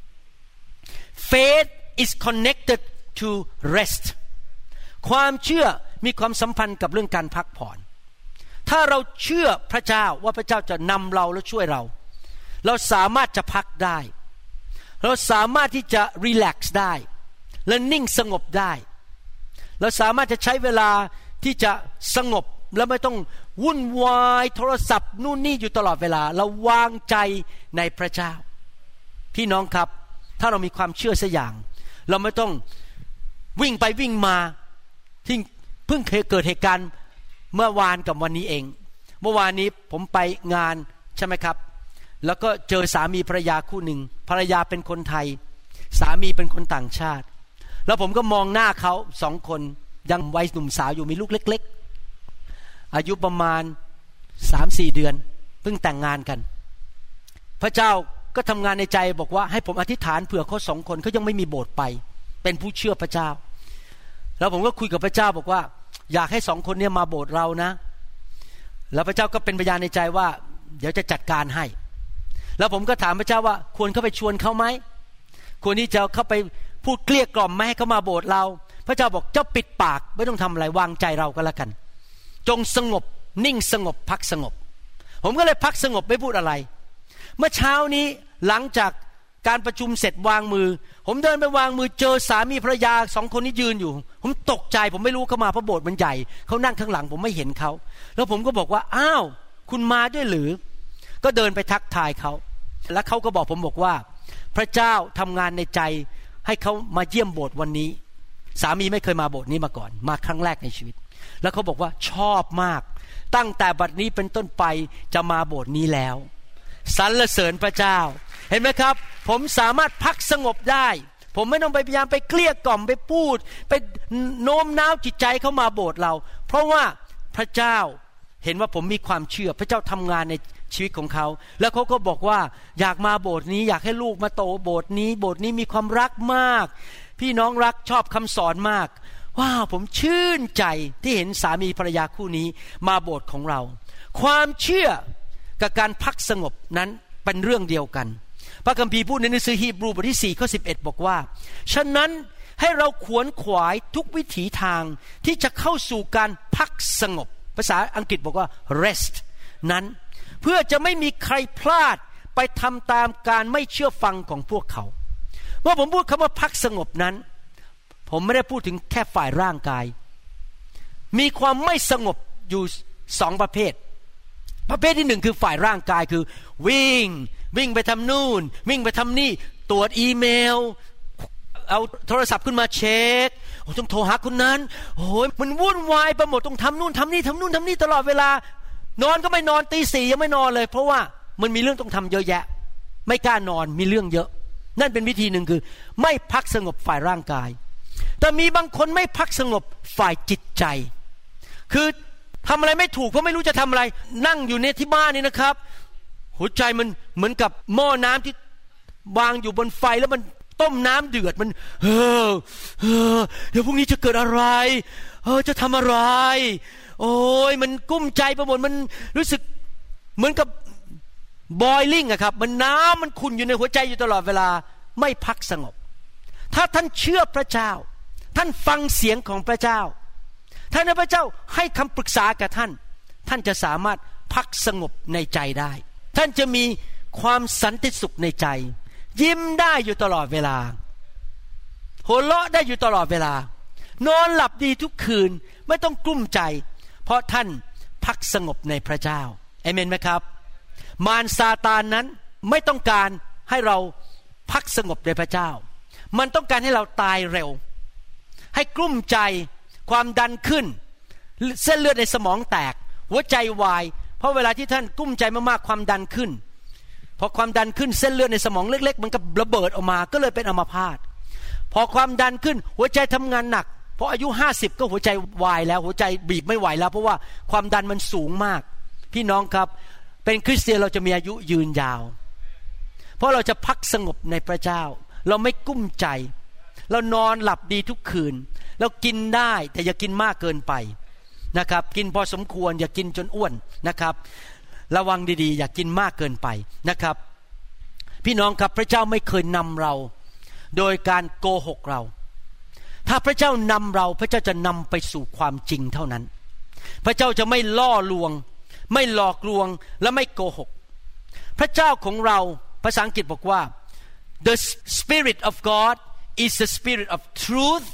Faith is connected to rest ความเชื่อมีความสัมพันธ์กับเรื่องการพักผ่อนถ้าเราเชื่อพระเจ้าว่าพระเจ้าจะนำเราและช่วยเราเราสามารถจะพักได้เราสามารถที่จะรีแลกซ์ได้และนิ่งสงบได้เราสามารถจะใช้เวลาที่จะสงบและไม่ต้องวุ่นวายโทรศัพท์นู่นนี่อยู่ตลอดเวลาเราวางใจในพระเจ้าพี่น้องครับถ้าเรามีความเชื่อสักอย่างเราไม่ต้องวิ่งไปวิ่งมาที่เพิ่งเคยเกิดเหตุการณ์เมื่อวานกับวันนี้เองเมื่อวานนี้ผมไปงานใช่ไหมครับแล้วก็เจอสามีภรรยาคู่หนึ่งภรรยาเป็นคนไทยสามีเป็นคนต่างชาติแล้วผมก็มองหน้าเขาสองคนยังวัยหนุ่มสาวอยู่มีลูกเล็กๆอายุประมาณ สามสี่ เดือนเพิ่งแต่งงานกันพระเจ้าก็ทำงานในใจบอกว่าให้ผมอธิษฐานเผื่อเขาสองคนเขายังไม่มีโบสถ์ไปเป็นผู้เชื่อพระเจ้าแล้วผมก็คุยกับพระเจ้าบอกว่าอยากให้สองคนนี้มาโบสถ์เรานะแล้วพระเจ้าก็เป็นพยานในใจว่าเดี๋ยวจะจัดการให้แล้วผมก็ถามพระเจ้าว่าควรเข้าไปชวนเขาไหมควรที่จะเข้าไปพูดเกลี้ยกล่อมไม่ให้เขามาโบสถ์เราพระเจ้าบอกเจ้าปิดปากไม่ต้องทำอะไรวางใจเราก็แล้วกันจงสงบนิ่งสงบพักสงบผมก็เลยพักสงบไม่พูดอะไรเมื่อเช้านี้หลังจากการประชุมเสร็จวางมือผมเดินไปวางมือเจอสามีภรรยาสองคนนี้ยืนอยู่ผมตกใจผมไม่รู้เขามาเพราะโบสถ์มันใหญ่เขานั่งข้างหลังผมไม่เห็นเขาแล้วผมก็บอกว่าอ้าวคุณมาด้วยหรือก็เดินไปทักทายเขาแล้วเขาก็บอกผมบอกว่าพระเจ้าทำงานในใจให้เขามาเยี่ยมโบสถ์วันนี้สามีไม่เคยมาโบสถ์นี้มาก่อนมาครั้งแรกในชีวิตแล้วเขาบอกว่าชอบมากตั้งแต่บัดนี้เป็นต้นไปจะมาโบสถ์นี้แล้วสรรเสริญพระเจ้าเห็นไหมครับผมสามารถพักสงบได้ผมไม่ต้องไปพยายามไปเกลี้ยกล่อมไปพูดไปโน้มน้าวจิตใจเขามาโบสถ์เราเพราะว่าพระเจ้าเห็นว่าผมมีความเชื่อพระเจ้าทำงานในชีวิตของเขาแล้วเขาก็บอกว่าอยากมาโบสถ์นี้อยากให้ลูกมาโตโบสถ์นี้โบสถ์นี้มีความรักมากพี่น้องรักชอบคำสอนมากว้าวผมชื่นใจที่เห็นสามีภรรยาคู่นี้มาโบสถ์ของเราความเชื่อกับการพักสงบนั้นเป็นเรื่องเดียวกันพระคัมภีร์พูดในหนังสือฮีบรูบทที่สี่ข้อสิบเอ็ดบอกว่าฉะนั้นให้เราขวนขวายทุกวิถีทางที่จะเข้าสู่การพักสงบภาษาอังกฤษบอกว่า rest นั้นเพื่อจะไม่มีใครพลาดไปทำตามการไม่เชื่อฟังของพวกเขาเมื่อผมพูดคำว่าพักสงบนั้นผมไม่ได้พูดถึงแค่ฝ่ายร่างกายมีความไม่สงบอยู่สองประเภทประเภทที่หนึ่งคือฝ่ายร่างกายคือวิ่งวิ่งไปทำนู่นวิ่งไปทำนี่ตรวจอีเมลเอาโทรศัพท์ขึ้นมาเช็คโอ้ต้องโทรหาคนนั้นโอ้ยมันวุ่นวายไปหมดต้องทำนู่นทำนี่ทำนู่นทำนี่ตลอดเวลานอนก็ไม่นอนตีสี่ยังไม่นอนเลยเพราะว่ามันมีเรื่องต้องทำเยอะแยะไม่กล้านอนมีเรื่องเยอะนั่นเป็นวิธีหนึ่งคือไม่พักสงบฝ่ายร่างกายแต่มีบางคนไม่พักสงบฝ่ายจิตใจคือทำอะไรไม่ถูกเพราะไม่รู้จะทำอะไรนั่งอยู่ในที่บ้านนี่นะครับหัวใจมันเหมือนกับหม้อน้ำที่วางอยู่บนไฟแล้วมันต้มน้ำเดือดมันเออเออเดี๋ยวพรุ่งนี้จะเกิดอะไรเออจะทำอะไรโอ้ยมันกุ้มใจไปหมดมันรู้สึกเหมือนกับบอยลิ่งอะครับมันน้ำมันขุ่นอยู่ในหัวใจอยู่ตลอดเวลาไม่พักสงบถ้าท่านเชื่อพระเจ้าท่านฟังเสียงของพระเจ้าท่านพระเจ้าให้คำปรึกษากับท่านท่านจะสามารถพักสงบในใจได้ท่านจะมีความสันติสุขในใจยิ้มได้อยู่ตลอดเวลาหัวเราะได้อยู่ตลอดเวลานอนหลับดีทุกคืนไม่ต้องกลุ้มใจเพราะท่านพักสงบในพระเจ้าเอเมนไหมครับมารซาตานนั้นไม่ต้องการให้เราพักสงบในพระเจ้ามันต้องการให้เราตายเร็วให้กลุ้มใจความดันขึ้นเส้นเลือดในสมองแตกหัวใจวายเพราะเวลาที่ท่านกลุ้มใจมากๆความดันขึ้นพอความดันขึ้นเส้นเลือดในสมองเล็กๆมันก็ระเบิดออกมาก็เลยเป็นอัมพาตพอความดันขึ้นหัวใจทำงานหนักพออายุห้าสิบก็หัวใจวายแล้วหัวใจบีบไม่ไหวแล้วเพราะว่าความดันมันสูงมากพี่น้องครับเป็นคริสเตียนเราจะมีอายุยืนยาวเพราะเราจะพักสงบในพระเจ้าเราไม่กุ้มใจเรานอนหลับดีทุกคืนเรากินได้แต่อย่ากินมากเกินไปนะครับกินพอสมควรอย่ากินจนอ้วนนะครับระวังดีๆอย่ากินมากเกินไปนะครับพี่น้องครับพระเจ้าไม่เคยนำเราโดยการโกหกเราถ้าพระเจ้านำเราพระเจ้าจะนำไปสู่ความจริงเท่านั้นพระเจ้าจะไม่ล่อลวงไม่หลอกลวงและไม่โกหกพระเจ้าของเราภาษาอังกฤษบอกว่า the Spirit of God is the spirit of truth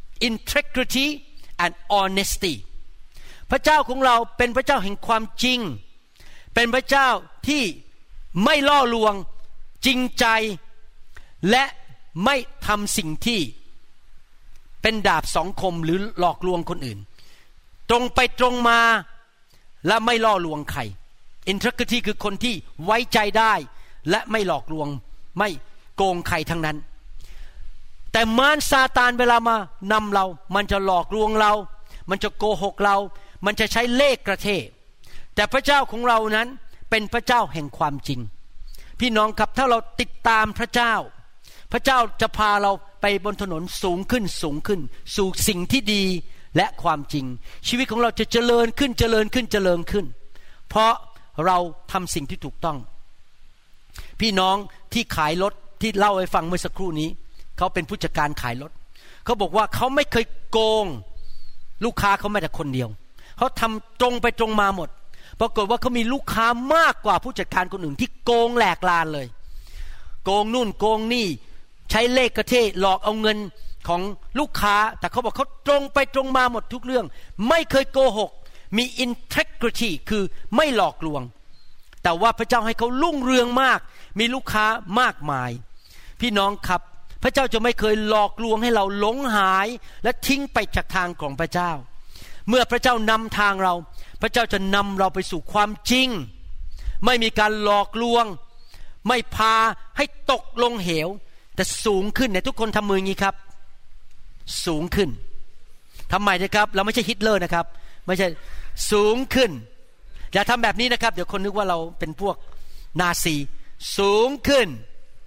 integrity and honesty พระเจ้าของเราเป็นพระเจ้าแห่งความจริงเป็นพระเจ้าที่ไม่ล่อลวงจริงใจและไม่ทำสิ่งที่เป็นดาบสองคมหรือหลอกลวงคนอื่นตรงไปตรงมาและไม่ล่อลวงใคร integrity คือคนที่ไว้ใจได้และไม่หลอกลวงไม่โกงใครทั้งนั้นแต่มารซาตานเวลามานำเรามันจะหลอกลวงเรามันจะโกหกเรามันจะใช้เล่ห์กระเทศแต่พระเจ้าของเรานั้นเป็นพระเจ้าแห่งความจริงพี่น้องครับถ้าเราติดตามพระเจ้าพระเจ้าจะพาเราไปบนถนนสูงขึ้นสูงขึ้นสู่สิ่งที่ดีและความจริงชีวิตของเราจะเจริญขึ้นเจริญขึ้นเจริญขึ้นเพราะเราทำสิ่งที่ถูกต้องพี่น้องที่ขายรถที่เล่าให้ฟังเมื่อสักครู่นี้เขาเป็นผู้จัดการขายรถเขาบอกว่าเขาไม่เคยโกงลูกค้าเขาแม้แต่คนเดียวเขาทำตรงไปตรงมาหมดปรากฏว่าเขามีลูกค้ามากกว่าผู้จัดการคนอื่นที่โกงแหลกลานเลยโกงนู่นโกงนี่ใช้เล่ห์กระเทศหลอกเอาเงินของลูกค้าแต่เขาบอกเขาตรงไปตรงมาหมดทุกเรื่องไม่เคยโกหกมี integrity คือไม่หลอกลวงแต่ว่าพระเจ้าให้เขารุ่งเรืองมากมีลูกค้ามากมายพี่น้องครับพระเจ้าจะไม่เคยหลอกลวงให้เราหลงหายและทิ้งไปจากทางของพระเจ้าเมื่อพระเจ้านำทางเราพระเจ้าจะนำเราไปสู่ความจริงไม่มีการหลอกลวงไม่พาให้ตกลงเหวแต่สูงขึ้นเนี่ยทุกคนทำมืออย่างนี้ครับสูงขึ้นทำไมนะครับเราไม่ใช่ฮิตเลอร์นะครับไม่ใช่สูงขึ้นอย่าทำแบบนี้นะครับเดี๋ยวคนนึกว่าเราเป็นพวกนาซีสูงขึ้น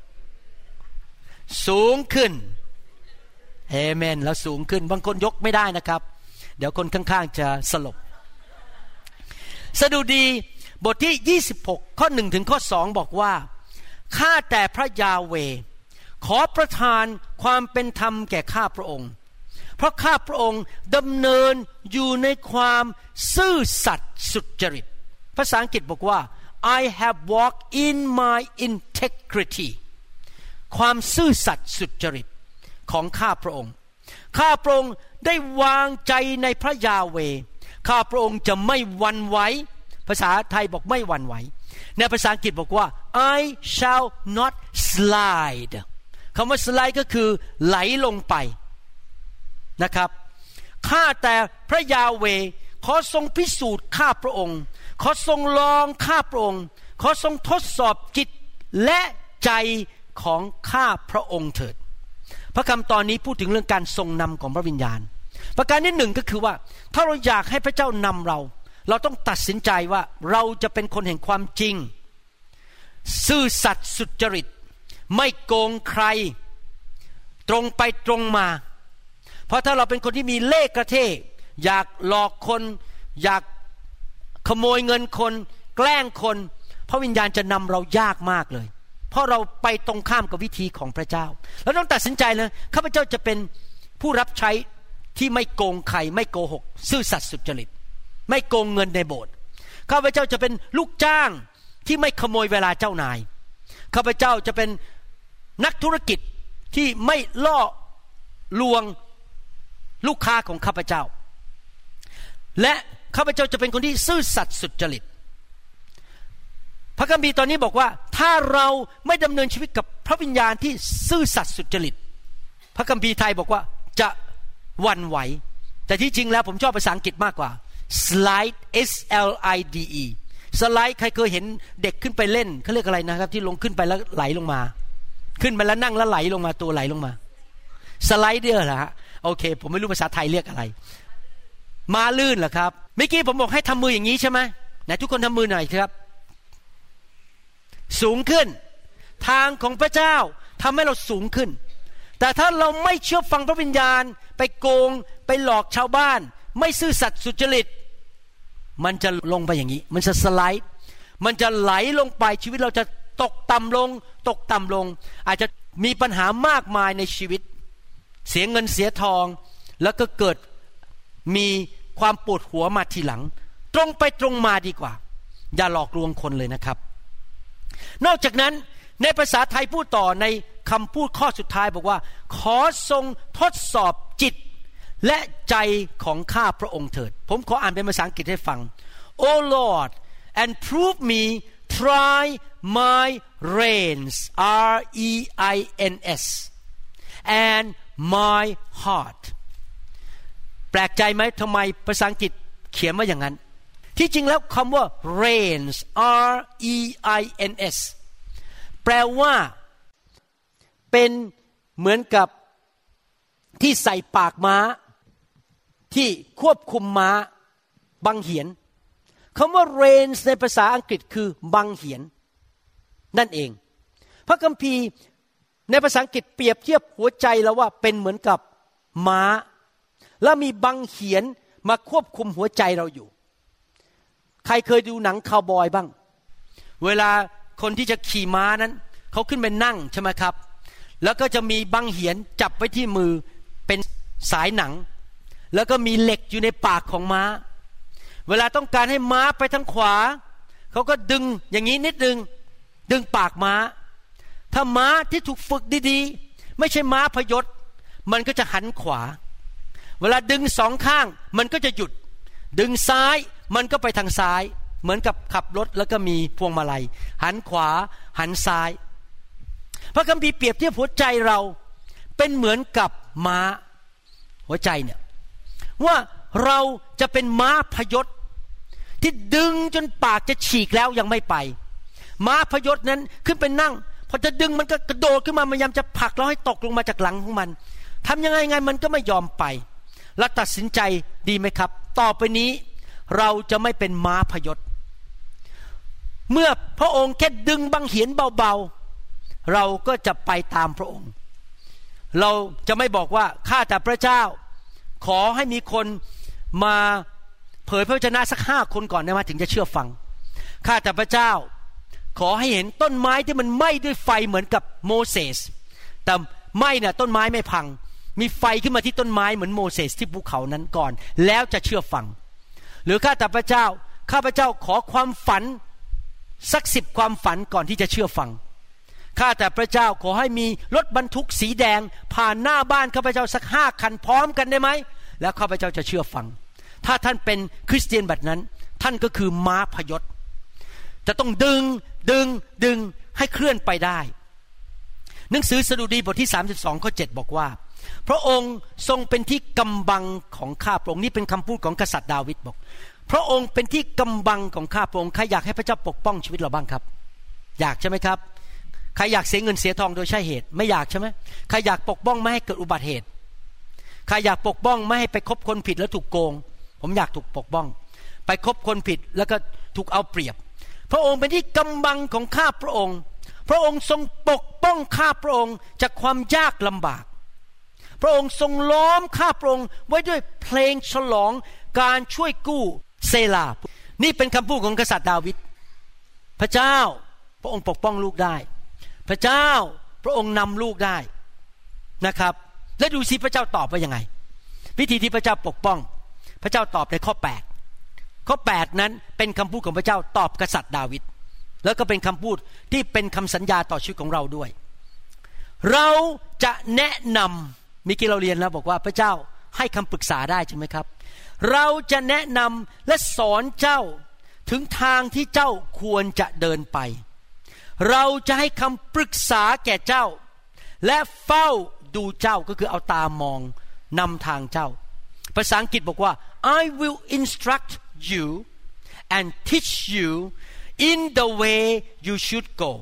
สูงขึ้นเอเมนแล้วสูงขึ้นบางคนยกไม่ได้นะครับเดี๋ยวคนข้างๆจะสลบสดุดีบทที่ยี่สิบหกข้อหนึ่งถึงข้อสองบอกว่าข้าแต่พระยาเวห์ขอประทานความเป็นธรรมแก่ข้าพระองค์เพราะข้าพระองค์ดำเนินอยู่ในความซื่อสัตย์สุจริตภาษาอังกฤษบอกว่า I have walked in my integrity ความซื่อสัตย์สุจริตของข้าพระองค์ข้าพระองค์ได้วางใจในพระยาเวห์ข้าพระองค์จะไม่หวั่นไหวภาษาไทยบอกไม่หวั่นไหวในภาษาอังกฤษบอกว่า I shall not slide คำว่า slide ก็คือไหลลงไปนะครับข้าแต่พระยาเวห์ขอทรงพิสูจน์ข้าพระองค์ขอทรงลองข้าพระองค์ขอทรงทดสอบจิตและใจของข้าพระองค์เถิดพระคำตอนนี้พูดถึงเรื่องการทรงนำของพระวิญญาณประการที่หนึ่งก็คือว่าถ้าเราอยากให้พระเจ้านำเราเราต้องตัดสินใจว่าเราจะเป็นคนแห่งความจริงซื่อสัตย์สุจริตไม่โกงใครตรงไปตรงมาเพราะถ้าเราเป็นคนที่มีเล่ห์กระเท่อยากหลอกคนอยากขโมยเงินคนแกล้งคนพระวิญญาณจะนำเรายากมากเลยเพราะเราไปตรงข้ามกับวิธีของพระเจ้าเราต้องตัดสินใจเลยข้าพเจ้าจะเป็นผู้รับใช้ที่ไม่โกงใครไม่โกหกซื่อสัตย์สุจริตไม่โกงเงินในโบสถ์ข้าพเจ้าจะเป็นลูกจ้างที่ไม่ขโมยเวลาเจ้านายข้าพเจ้าจะเป็นนักธุรกิจที่ไม่ล่อลวงลูกค้าของข้าพเจ้าและข้าพเจ้าจะเป็นคนที่ซื่อสัตย์สุจริตพระคัมภีร์ตอนนี้บอกว่าถ้าเราไม่ดำเนินชีวิตกับพระวิญญาณที่ซื่อสัตย์สุจริตพระคัมภีร์ไทยบอกว่าจะหวั่นไหวแต่ที่จริงแล้วผมชอบภาษาอังกฤษมากกว่า slide S L I D E สไลด์ใครเคยเห็นเด็กขึ้นไปเล่นเขาเรียกอะไรนะครับที่ลงขึ้นไปแล้วไหลลงมาขึ้นไปแล้วนั่งแล้วไหลลงมาตัวไหลลงมาสไลด์เดอร์เหรอฮะโอเคผมไม่รู้ภาษาไทยเรียกอะไรมาลื่นเหรอครับเมื่อกี้ผมบอกให้ทำมืออย่างนี้ใช่ไหมไหนทุกคนทำมือหน่อยครับสูงขึ้นทางของพระเจ้าทำให้เราสูงขึ้นแต่ถ้าเราไม่เชื่อฟังพระวิญญาณไปโกงไปหลอกชาวบ้านไม่ซื่อสัตย์สุจริตมันจะลงไปอย่างนี้มันจะสไลด์มันจะไหลลงไปชีวิตเราจะตกต่ำลงตกต่ำลงอาจจะมีปัญหามากมายในชีวิตเสียเงินเสียทองแล้วก็เกิดมีความปวดหัวมาทีหลังตรงไปตรงมาดีกว่าอย่าหลอกลวงคนเลยนะครับนอกจากนั้นในภาษาไทยพูดต่อในคำพูดข้อสุดท้ายบอกว่าขอทรงทดสอบจิตและใจของข้าพระองค์เถิดผมขออ่านเป็นภาษาอังกฤษให้ฟัง O Lord and prove me try my reins R E I N S and my heart แปลกใจไหมทำไมภาษาอังกฤษเขียนว่าอย่างนั้นที่จริงแล้วคำว่า reins R E I N S แปลว่าเป็นเหมือนกับที่ใส่ปากม้าที่ควบคุมม้าบังเหียนคำว่า reins ในภาษาอังกฤษคือบังเหียนนั่นเองพระคัมภีร์ในภาษาอังกฤษเปรียบเทียบหัวใจเราว่าเป็นเหมือนกับม้าแล้วมีบังเหียนมาควบคุมหัวใจเราอยู่ใครเคยดูหนังคาวบอยบ้างเวลาคนที่จะขี่ม้านั้นเขาขึ้นไปนั่งใช่ไหมครับแล้วก็จะมีบังเหียนจับไว้ที่มือเป็นสายหนังแล้วก็มีเหล็กอยู่ในปากของม้าเวลาต้องการให้ม้าไปทางขวาเขาก็ดึงอย่างนี้นิดนึงดึงปากม้าถ้าม้าที่ถูกฝึกดีๆไม่ใช่ม้าพยศมันก็จะหันขวาเวลาดึงสองข้างมันก็จะหยุดดึงซ้ายมันก็ไปทางซ้ายเหมือนกับขับรถแล้วก็มีพวงมาลัยหันขวาหันซ้ายพระคัมภีร์เปรียบเทียบหัวใจเราเป็นเหมือนกับม้าหัวใจเนี่ยว่าเราจะเป็นม้าพยศที่ดึงจนปากจะฉีกแล้วยังไม่ไปม้าพยศนั้นขึ้นไปนั่งพอจะดึงมันก็กระโดดขึ้นมาพยายามจะผลักเราให้ตกลงมาจากหลังของมันทำยังไงไงมันก็ไม่ยอมไปแล้วตัดสินใจดีไหมครับต่อไปนี้เราจะไม่เป็นม้าพยศเมื่อพระองค์แค่ดึงบังเหียนเบาๆเราก็จะไปตามพระองค์เราจะไม่บอกว่าข้าแต่พระเจ้าขอให้มีคนมาเผยพระวจนะสักห้าคนก่อนได้ไหมถึงจะเชื่อฟังข้าแต่พระเจ้าขอให้เห็นต้นไม้ที่มันไหม้ด้วยไฟเหมือนกับโมเสสแต่ไหม้เนี่ยต้นไม้ไม่พังมีไฟขึ้นมาที่ต้นไม้เหมือนโมเสสที่ภูเขานั้นก่อนแล้วจะเชื่อฟังหรือข้าแต่พระเจ้าข้าพระเจ้าขอความฝันสักสิบความฝันก่อนที่จะเชื่อฟังข้าแต่พระเจ้าขอให้มีรถบรรทุกสีแดงผ่านหน้าบ้านข้าพเจ้าสักห้าคันพร้อมกันได้ไหมแล้วข้าพเจ้าจะเชื่อฟังถ้าท่านเป็นคริสเตียนแบบนั้นท่านก็คือม้าพยศจะต้องดึงดึงดึงให้เคลื่อนไปได้หนังสือสดุดีบทที่สามสิบสองข้อเจ็ดบอกว่าพระองค์ทรงเป็นที่กำบังของข้าพระองค์นี่เป็นคำพูดของกษัตริย์ดาวิดบอกพระองค์เป็นที่กำบังของข้าพระองค์ใครอยากให้พระเจ้าปกป้องชีวิตเราบ้างครับอยากใช่ไหมครับใครอยากเสียเงินเสียทองโดยใช่เหตุไม่อยากใช่ไหมใครอยากปกป้องไม่ให้เกิดอุบัติเหตุใครอยากปกป้องไม่ให้ไปคบคนผิดแล้วถูกโกงผมอยากถูกปกป้องไปคบคนผิดแล้วก็ถูกเอาเปรียบพระองค์เป็นที่กำบังของข้าพระองค์พระองค์ทรงปกป้องข้าพระองค์จากความยากลำบากพระองค์ทรงล้อมข้าพระองค์ไว้ด้วยเพลงฉลองการช่วยกู้เซลานี่เป็นคำพูดของกษัตริย์ดาวิดพระเจ้าพระองค์ปกป้องลูกได้พระเจ้าพระองค์นำลูกได้นะครับและดูสิพระเจ้าตอบว่ายังไงวิธีที่พระเจ้าปกป้องพระเจ้าตอบในข้อแปดข้อแปดนั้นเป็นคำพูดของพระเจ้าตอบกษัตริย์ดาวิดแล้วก็เป็นคำพูดที่เป็นคำสัญญาต่อชีวิตของเราด้วยเราจะแนะนำมิกี้เราเรียนแล้วบอกว่าพระเจ้าให้คำปรึกษาได้ใช่ไหมครับเราจะแนะนำและสอนเจ้าถึงทางที่เจ้าควรจะเดินไปเราจะให้คำปรึกษาแก่เจ้าและเฝ้าดูเจ้าก็คือเอาตามองนำทางเจ้าภาษาอังกฤษบอกว่า I will instruct you and teach you in the way you should go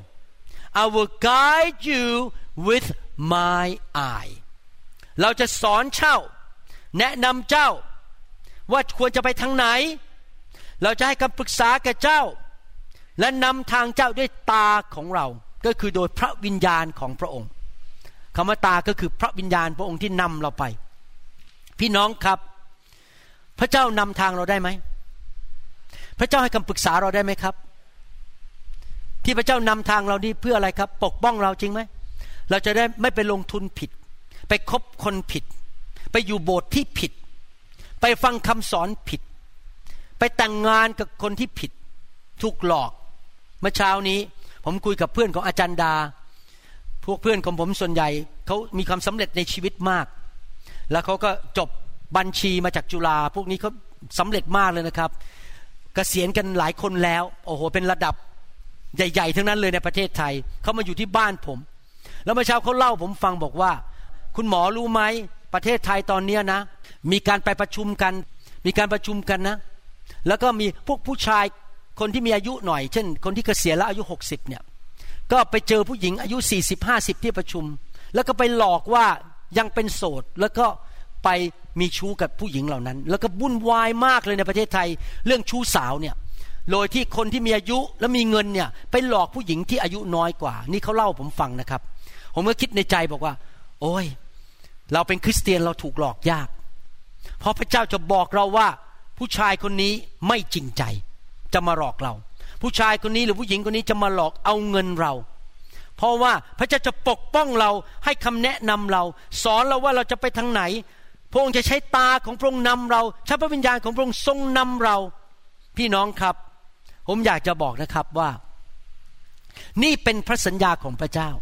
I will guide you with my eye เราจะสอนเจ้าแนะนำเจ้าว่าควรจะไปทางไหนเราจะให้คำปรึกษาแก่เจ้าและนำทางเจ้าด้วยตาของเราก็คือโดยพระวิญญาณของพระองค์คำว่าตาก็คือพระวิญญาณพระองค์ที่นำเราไปพี่น้องครับพระเจ้านำทางเราได้ไหมพระเจ้าให้คำปรึกษาเราได้ไหมครับที่พระเจ้านำทางเรานี่เพื่ออะไรครับปกป้องเราจริงไหมเราจะได้ไม่ไปลงทุนผิดไปคบคนผิดไปอยู่โบสถ์ที่ผิดไปฟังคำสอนผิดไปแต่งงานกับคนที่ผิดถูกหลอกเมื่อเช้านี้ผมคุยกับเพื่อนของอาจารย์ดาพวกเพื่อนของผมส่วนใหญ่เขามีความสำเร็จในชีวิตมากแล้วเขาก็จบบัญชีมาจากจุฬาพวกนี้เขาสำเร็จมากเลยนะครับเกษียณกันหลายคนแล้วโอ้โหเป็นระดับใหญ่ๆทั้งนั้นเลยในประเทศไทยเขามาอยู่ที่บ้านผมแล้วเมื่อเช้าเขาเล่าผมฟังบอกว่าคุณหมอรู้ไหมประเทศไทยตอนนี้นะมีการไปประชุมกันมีการประชุมกันนะแล้วก็มีพวกผู้ชายคนที่มีอายุหน่อยเช่นคนที่เกษียณแล้วอายุหกสิบเนี่ยก็ไปเจอผู้หญิงอายุสี่สิบ ห้าสิบที่ประชุมแล้วก็ไปหลอกว่ายังเป็นโสดแล้วก็ไปมีชู้กับผู้หญิงเหล่านั้นแล้วก็วุ่นวายมากเลยในประเทศไทยเรื่องชู้สาวเนี่ยโดยที่คนที่มีอายุและมีเงินเนี่ยไปหลอกผู้หญิงที่อายุน้อยกว่านี่เขาเล่าผมฟังนะครับผมก็คิดในใจบอกว่าโอ้ยเราเป็นคริสเตียนเราถูกหลอกยากเพราะพระเจ้าจะบอกเราว่าผู้ชายคนนี้ไม่จริงใจจะมาหลอกเราผู้ชายคนนี้หรือผู้หญิงคนนี้จะมาหลอกเอาเงินเราเพราะว่าพระเจ้าจะปกป้องเราให้คำแนะนำเราสอนเราว่าเราจะไปทางไหนพระองค์จะใช้ตาของพระองค์นำเราใช้พระวิญญาณของพระองค์ทรงนำเราพี่น้องครับผมอยากจะบอกนะครับว่านี่เป็นพระสัญญาของพระเจ้า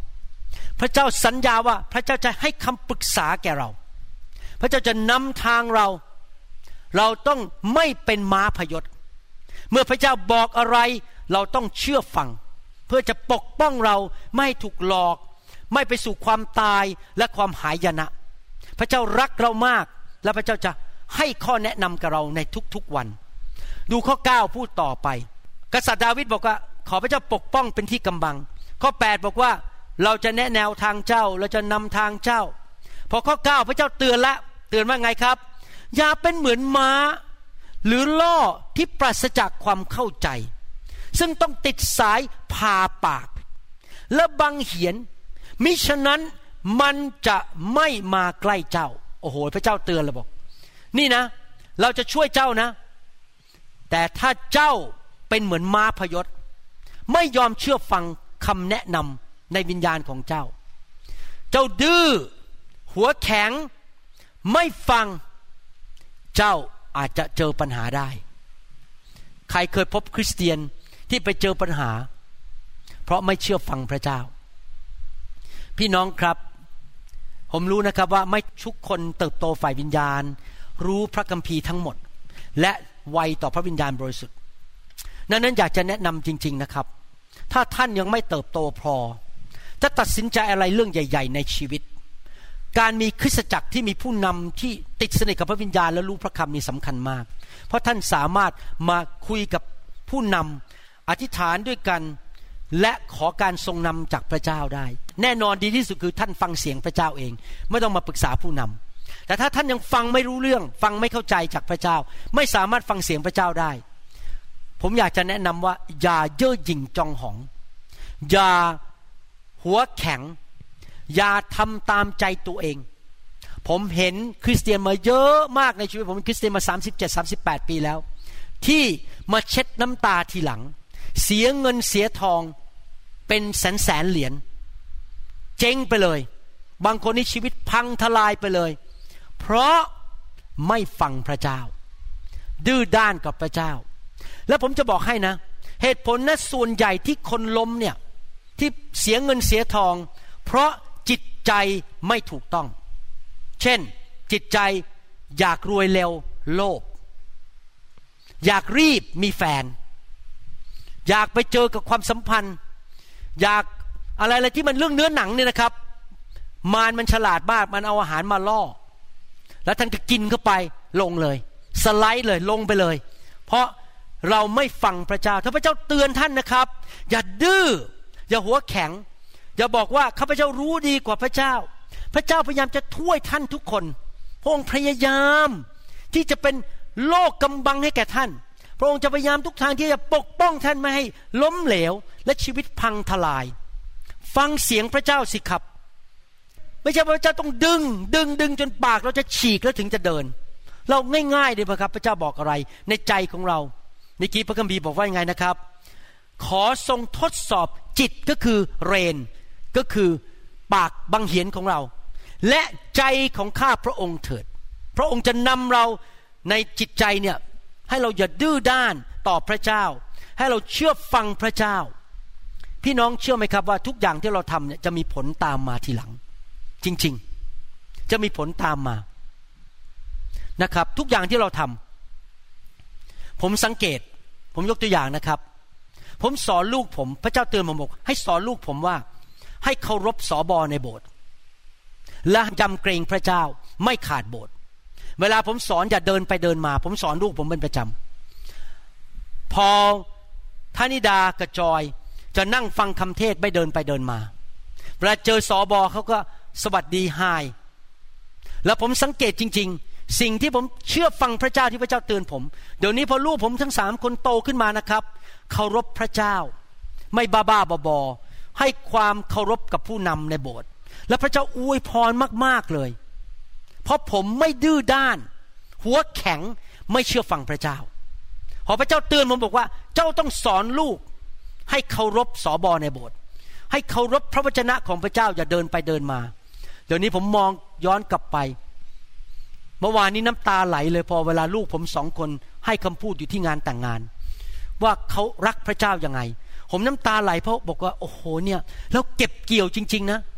พระเจ้าสัญญาว่าพระเจ้าจะให้คำปรึกษาแก่เราพระเจ้าจะนำทางเราเราต้องไม่เป็นม้าพยศเมื่อพระเจ้าบอกอะไรเราต้องเชื่อฟังเพื่อจะปกป้องเราไม่ให้ถูกหลอกไม่ไปสู่ความตายและความหายนะพระเจ้ารักเรามากและพระเจ้าจะให้ข้อแนะนำกับเราในทุกๆวันดูข้อเก้าพูดต่อไปกษัตริย์ดาวิดบอกว่าขอพระเจ้าปกป้องเป็นที่กำบังข้อแปดบอกว่าเราจะแนะแนวทางเจ้าเราจะนำทางเจ้าพอข้อเก้าพระเจ้าเตือนละเตือนว่าไงครับอย่าเป็นเหมือนม้าหรือล่อที่ปราศจากความเข้าใจซึ่งต้องติดสายผ่าปากและบังเหียนมิฉะนั้นมันจะไม่มาใกล้เจ้าโอ้โหพระเจ้าเตือนเลยบอกนี่นะเราจะช่วยเจ้านะแต่ถ้าเจ้าเป็นเหมือนม้าพยศไม่ยอมเชื่อฟังคำแนะนำในวิญญาณของเจ้าเจ้าดื้อหัวแข็งไม่ฟังเจ้าอาจจะเจอปัญหาได้ใครเคยพบคริสเตียนที่ไปเจอปัญหาเพราะไม่เชื่อฟังพระเจ้าพี่น้องครับผมรู้นะครับว่าไม่ทุกคนเติบโตฝ่ายวิญญาณรู้พระคัมภีร์ทั้งหมดและไวต่อพระวิญญาณบริสุทธิ์นั้นนั้นอยากจะแนะนำจริงๆนะครับถ้าท่านยังไม่เติบโตพอจะตัดสินใจอะไรเรื่องใหญ่ๆในชีวิตการมีคริสตจักรที่มีผู้นำที่ติดสนิทกับพระวิญญาณและรู้พระคำนี่สำคัญมากเพราะท่านสามารถมาคุยกับผู้นำอธิษฐานด้วยกันและขอการทรงนำจากพระเจ้าได้แน่นอนดีที่สุดคือท่านฟังเสียงพระเจ้าเองไม่ต้องมาปรึกษาผู้นำแต่ถ้าท่านยังฟังไม่รู้เรื่องฟังไม่เข้าใจจากพระเจ้าไม่สามารถฟังเสียงพระเจ้าได้ผมอยากจะแนะนำว่าอย่าเย่อหยิ่งจองหองอย่าหัวแข็งอย่าทำตามใจตัวเองผมเห็นคริสเตียนมาเยอะมากในชีวิตผมเป็นคริสเตียนมาสามสิบเจ็ด สามสิบแปดปีแล้วที่มาเช็ดน้ำตาทีหลังเสียเงินเสียทองเป็นแสนแสนเหรียญเจ๊งไปเลยบางคนนี่ชีวิตพังทลายไปเลยเพราะไม่ฟังพระเจ้าดื้อด้านกับพระเจ้าและผมจะบอกให้นะเหตุผลนะส่วนใหญ่ที่คนล้มเนี่ยที่เสียเงินเสียทองเพราะจิตใจไม่ถูกต้องเช่นจิตใจอยากรวยเร็วโลภอยากรีบมีแฟนอยากไปเจอกับความสัมพันธ์อยากอะไรอะไรที่มันเรื่องเนื้อหนังเนี่ยนะครับมารมันฉลาดมากมันเอาอาหารมาล่อแล้วท่านก็กินเข้าไปลงเลยสไลด์เลยลงไปเลยเพราะเราไม่ฟังพระเจ้าถ้าพระเจ้าเตือนท่านนะครับอย่าดื้ออย่าหัวแข็งอย่าบอกว่าข้าพเจ้ารู้ดีกว่าพระเจ้าพระเจ้าพยายามจะช่วยท่านทุกคนพระองค์พยายามที่จะเป็นโลกกำบังให้แก่ท่านพระองค์จะพยายามทุกทางที่จะปกป้องท่านไม่ให้ล้มเหลวและชีวิตพังทลายฟังเสียงพระเจ้าสิครับไม่ใช่พระเจ้าต้องดึงดึงดึงจนปากเราจะฉีกแล้วถึงจะเดินเราง่ายๆเลยครับพระเจ้าบอกอะไรในใจของเราในกีพระคัมภีร์บอกว่ายังไงนะครับขอทรงทดสอบจิตก็คือเรนก็คือปากบังเหียนของเราและใจของข้าพระองค์เถิดพระองค์จะนำเราในจิตใจเนี่ยให้เราอย่าดื้อด้านต่อพระเจ้าให้เราเชื่อฟังพระเจ้าพี่น้องเชื่อไหมครับว่าทุกอย่างที่เราทำเนี่ยจะมีผลตามมาทีหลังจริงๆจะมีผลตามมานะครับทุกอย่างที่เราทำผมสังเกตผมยกตัวอย่างนะครับผมสอนลูกผมพระเจ้าเตือนผมบอกให้สอนลูกผมว่าให้เคารพสบในโบสถ์และยำเกรงพระเจ้าไม่ขาดโบสถ์เวลาผมสอนอย่าเดินไปเดินมาผมสอนลูกผมเป็นประจำพอท่านิดากับจอยจะนั่งฟังคำเทศไม่เดินไปเดินมาเวลาเจอสบเขาก็สวัสดีไฮแล้วผมสังเกตจริงๆสิ่งที่ผมเชื่อฟังพระเจ้าที่พระเจ้าเตือนผมเดี๋ยวนี้พอลูกผมทั้งสามคนโตขึ้นมานะครับเคารพพระเจ้าไม่บ้าๆบอๆให้ความเคารพกับผู้นำในโบสถ์และพระเจ้าอวยพรมากๆเลยเพราะผมไม่ดื้อด้านหัวแข็งไม่เชื่อฟังพระเจ้าพอพระเจ้าเตือนผมบอกว่าเจ้าต้องสอนลูกให้เคารพสบในโบสถ์ให้เคารพพระวจนะของพระเจ้าอย่าเดินไปเดินมาเดี๋ยวนี้ผมมองย้อนกลับไปเมื่อวานนี้น้ำตาไหลเลยพอเวลาลูกผมสองคนให้คำพูดอยู่ที่งานแต่งงานว่าเขารักพระเจ้ายังไงผมน้ำตาไหลเพราะบอกว่าโอ้โหเนี่ยเราเก็บเกี่ยวจริงๆนะ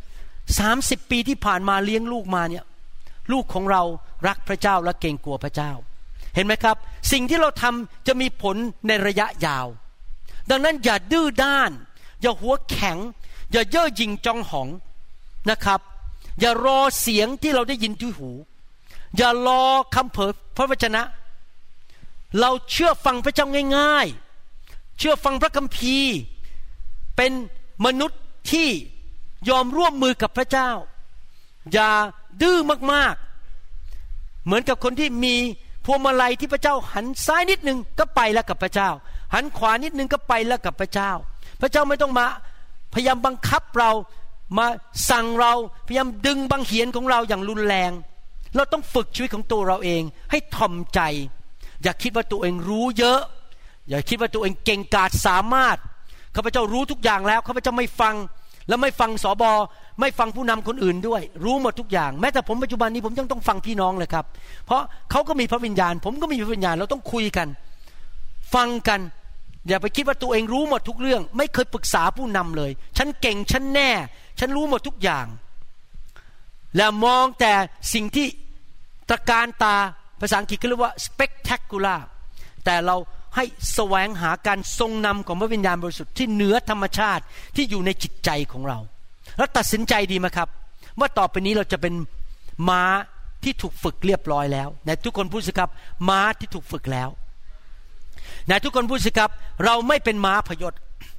สามสิบปีที่ผ่านมาเลี้ยงลูกมาเนี่ยลูกของเรารักพระเจ้าและเกรงกลัวพระเจ้าเห็นไหมครับสิ่งที่เราทำจะมีผลในระยะยาวดังนั้นอย่าดื้อด้านอย่าหัวแข็งอย่าเย่อหยิ่งจองหองนะครับอย่ารอเสียงที่เราได้ยินที่หูอย่ารอคำเผยพระวจนะเราเชื่อฟังพระเจ้าง่ายๆเชื่อฟังพระคัมภีร์เป็นมนุษย์ที่ยอมร่วมมือกับพระเจ้าอย่าดื้อมากๆเหมือนกับคนที่มีพวงมาลัยที่พระเจ้าหันซ้ายนิดนึงก็ไปแล้วกับพระเจ้าหันขวานิดนึงก็ไปแล้วกับพระเจ้าพระเจ้าไม่ต้องมาพยายามบังคับเรามาสั่งเราพยายามดึงบังเหียนของเราอย่างรุนแรงเราต้องฝึกชีวิตของตัวเราเองให้ถ่อมใจอย่าคิดว่าตัวเองรู้เยอะอย่าคิดว่าตัวเองเก่งกาจสามารถข้าพเจ้ารู้ทุกอย่างแล้วข้าพเจ้าไม่ฟังและไม่ฟังสบไม่ฟังผู้นำคนอื่นด้วยรู้หมดทุกอย่างแม้แต่ผมปัจจุบันนี้ผมยังต้องฟังพี่น้องเลยครับเพราะเขาก็มีพระวิญญาณผมก็มีพระวิญญาณเราต้องคุยกันฟังกันอย่าไปคิดว่าตัวเองรู้หมดทุกเรื่องไม่เคยปรึกษาผู้นำเลยฉันเก่งฉันแน่ฉันรู้หมดทุกอย่างและมองแต่สิ่งที่ตระการตาภาษาอังกฤษเขาเรียกว่า spectacular แต่เราให้แสวงหาการทรงนำของพระวิญญาณบริสุทธิ์ที่เหนือธรรมชาติที่อยู่ในจิตใจของเราแล้วตัดสินใจดีไหมครับว่าต่อไปนี้เราจะเป็นม้าที่ถูกฝึกเรียบร้อยแล้วไหนทุกคนพูดสิครับม้าที่ถูกฝึกแล้วไหนทุกคนพูดสิครับเราไม่เป็นม้าพยศ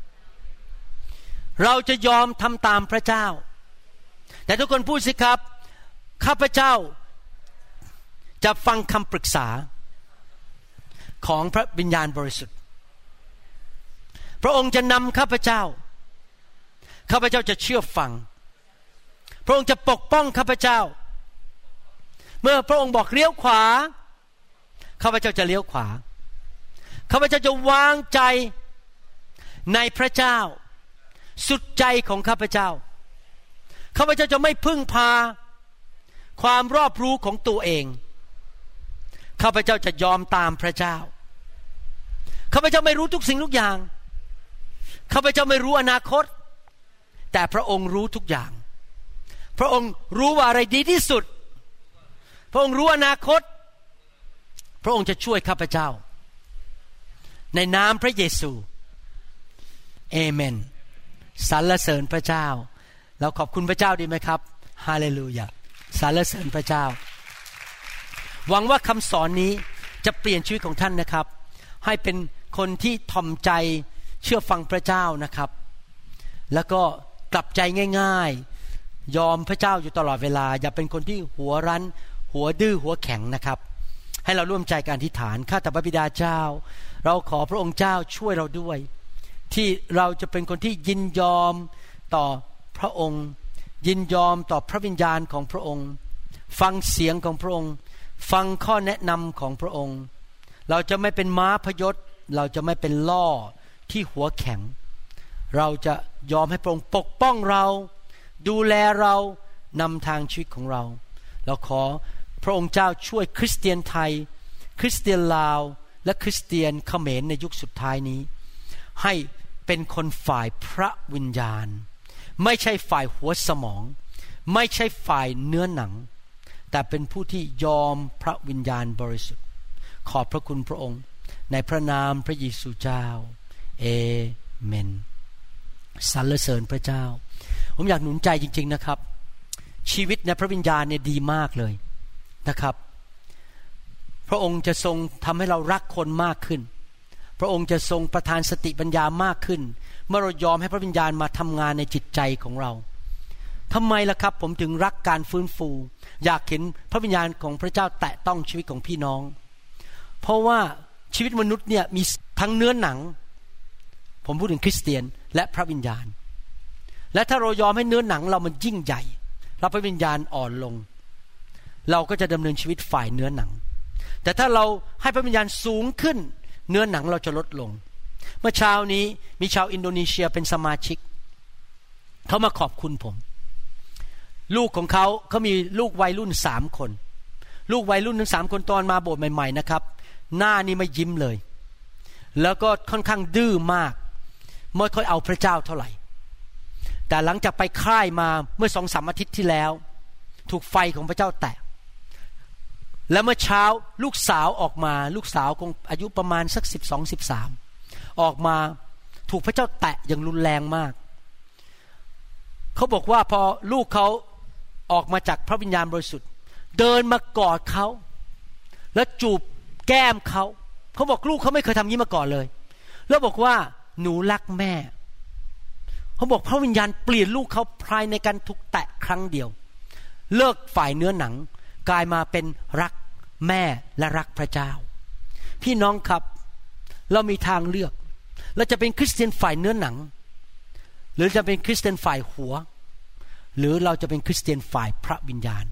เราจะยอมทำตามพระเจ้าแต่ทุกคนพูดสิครับข้าพเจ้าจะฟังคำปรึกษาของพระวิญญาณบริสุทธิ์พระองค์จะนำข้าพเจ้าข้าพเจ้าจะเชื่อฟังพระองค์จะปกป้องข้าพเจ้าเมื่อพระองค์บอกเลี้ยวขวาข้าพเจ้าจะเลี้ยวขวาข้าพเจ้าจะวางใจในพระเจ้าสุดใจของข้าพเจ้าข้าพเจ้าจะไม่พึ่งพาความรอบรู้ของตัวเองข้าพเจ้าจะยอมตามพระเจ้าข้าพเจ้าไม่รู้ทุกสิ่งทุกอย่างข้าพเจ้าไม่รู้อนาคตแต่พระองค์รู้ทุกอย่างพระองค์รู้ว่าอะไรดีที่สุดพระองค์รู้อนาคตพระองค์จะช่วยข้าพเจ้าในนามพระเยซูเอเมนสรรเสริญพระเจ้าเราขอบคุณพระเจ้าดีไหมครับฮาเลลูยาสรรเสริญพระเจ้าหวังว่าคำสอนนี้จะเปลี่ยนชีวิตของท่านนะครับให้เป็นคนที่ถ่อมใจเชื่อฟังพระเจ้านะครับแล้วก็กลับใจง่ายๆยอมพระเจ้าอยู่ตลอดเวลาอย่าเป็นคนที่หัวรั้นหัวดื้อหัวแข็งนะครับให้เราร่วมใจกันอธิษฐานข้าแต่พระบิดาเจ้าเราขอพระองค์เจ้าช่วยเราด้วยที่เราจะเป็นคนที่ยินยอมต่อพระองค์ยินยอมต่อพระวิญญาณของพระองค์ฟังเสียงของพระองค์ฟังข้อแนะนำของพระองค์เราจะไม่เป็นม้าพยศเราจะไม่เป็นล่อที่หัวแข็งเราจะยอมให้พระองค์ปกป้องเราดูแลเรานำทางชีวิตของเราเราขอพระองค์เจ้าช่วยคริสเตียนไทยคริสเตียนลาวและคริสเตียนเขมรในยุคสุดท้ายนี้ให้เป็นคนฝ่ายพระวิญญาณไม่ใช่ฝ่ายหัวสมองไม่ใช่ฝ่ายเนื้อหนังแต่เป็นผู้ที่ยอมพระวิญญาณบริสุทธิ์ขอบพระคุณพระองค์ในพระนามพระเยซูเจ้าเอเมนสรรเสริญพระเจ้าผมอยากหนุนใจจริงๆนะครับชีวิตในพระวิญญาณเนี่ยดีมากเลยนะครับพระองค์จะทรงทำให้เรารักคนมากขึ้นพระองค์จะทรงประทานสติปัญญามากขึ้นเมื่อเรายอมให้พระวิญญาณมาทำงานในจิตใจของเราทำไมล่ะครับผมถึงรักการฟื้นฟูอยากเห็นพระวิญญาณของพระเจ้าแตะต้องชีวิตของพี่น้องเพราะว่าชีวิตมนุษย์เนี่ยมีทั้งเนื้อหนังผมพูดถึงคริสเตียนและพระวิญญาณและถ้าเรายอมให้เนื้อหนังเรามันยิ่งใหญ่แล้วพระวิญญาณอ่อนลงเราก็จะดำเนินชีวิตฝ่ายเนื้อหนังแต่ถ้าเราให้พระวิญญาณสูงขึ้นเนื้อหนังเราจะลดลงเมื่อเช้านี้มีชาวอินโดนีเซียเป็นสมาชิกเขามาขอบคุณผมลูกของเขาเขามีลูกวัยรุ่นสามคนลูกวัยรุ่นทั้งสามคนตอนมาโบสถ์ใหม่ๆนะครับหน้านี่ไม่ยิ้มเลยแล้วก็ค่อนข้างดื้อมากไม่ค่อยเอาพระเจ้าเท่าไหร่แต่หลังจากไปค่ายมาเมื่อ สองสาม อาทิตย์ที่แล้วถูกไฟของพระเจ้าแตะและเมื่อเช้าลูกสาวออกมาลูกสาวคงอายุประมาณสักสิบสอง สิบสามออกมาถูกพระเจ้าแตะอย่างรุนแรงมากเขาบอกว่าพอลูกเขาออกมาจากพระวิญญาณบริสุทธิ์เดินมากอดเขาแล้วจูบแก้มเขาเขาบอกลูกเขาไม่เคยทำนี้มาก่อนเลยแล้วบอกว่าหนูรักแม่เขาบอกพระวิญญาณเปลี่ยนลูกเขาภายในการถูกแตะครั้งเดียวเลิกฝ่ายเนื้อหนังกลายมาเป็นรักแม่และรักพระเจ้าพี่น้องครับเรามีทางเลือกเราจะเป็นคริสเตียนฝ่ายเนื้อหนังหรือจะเป็นคริสเตียนฝ่ายหัวหรือเราจะเป็นคริสเตียนฝ่ายพระวิญญาณ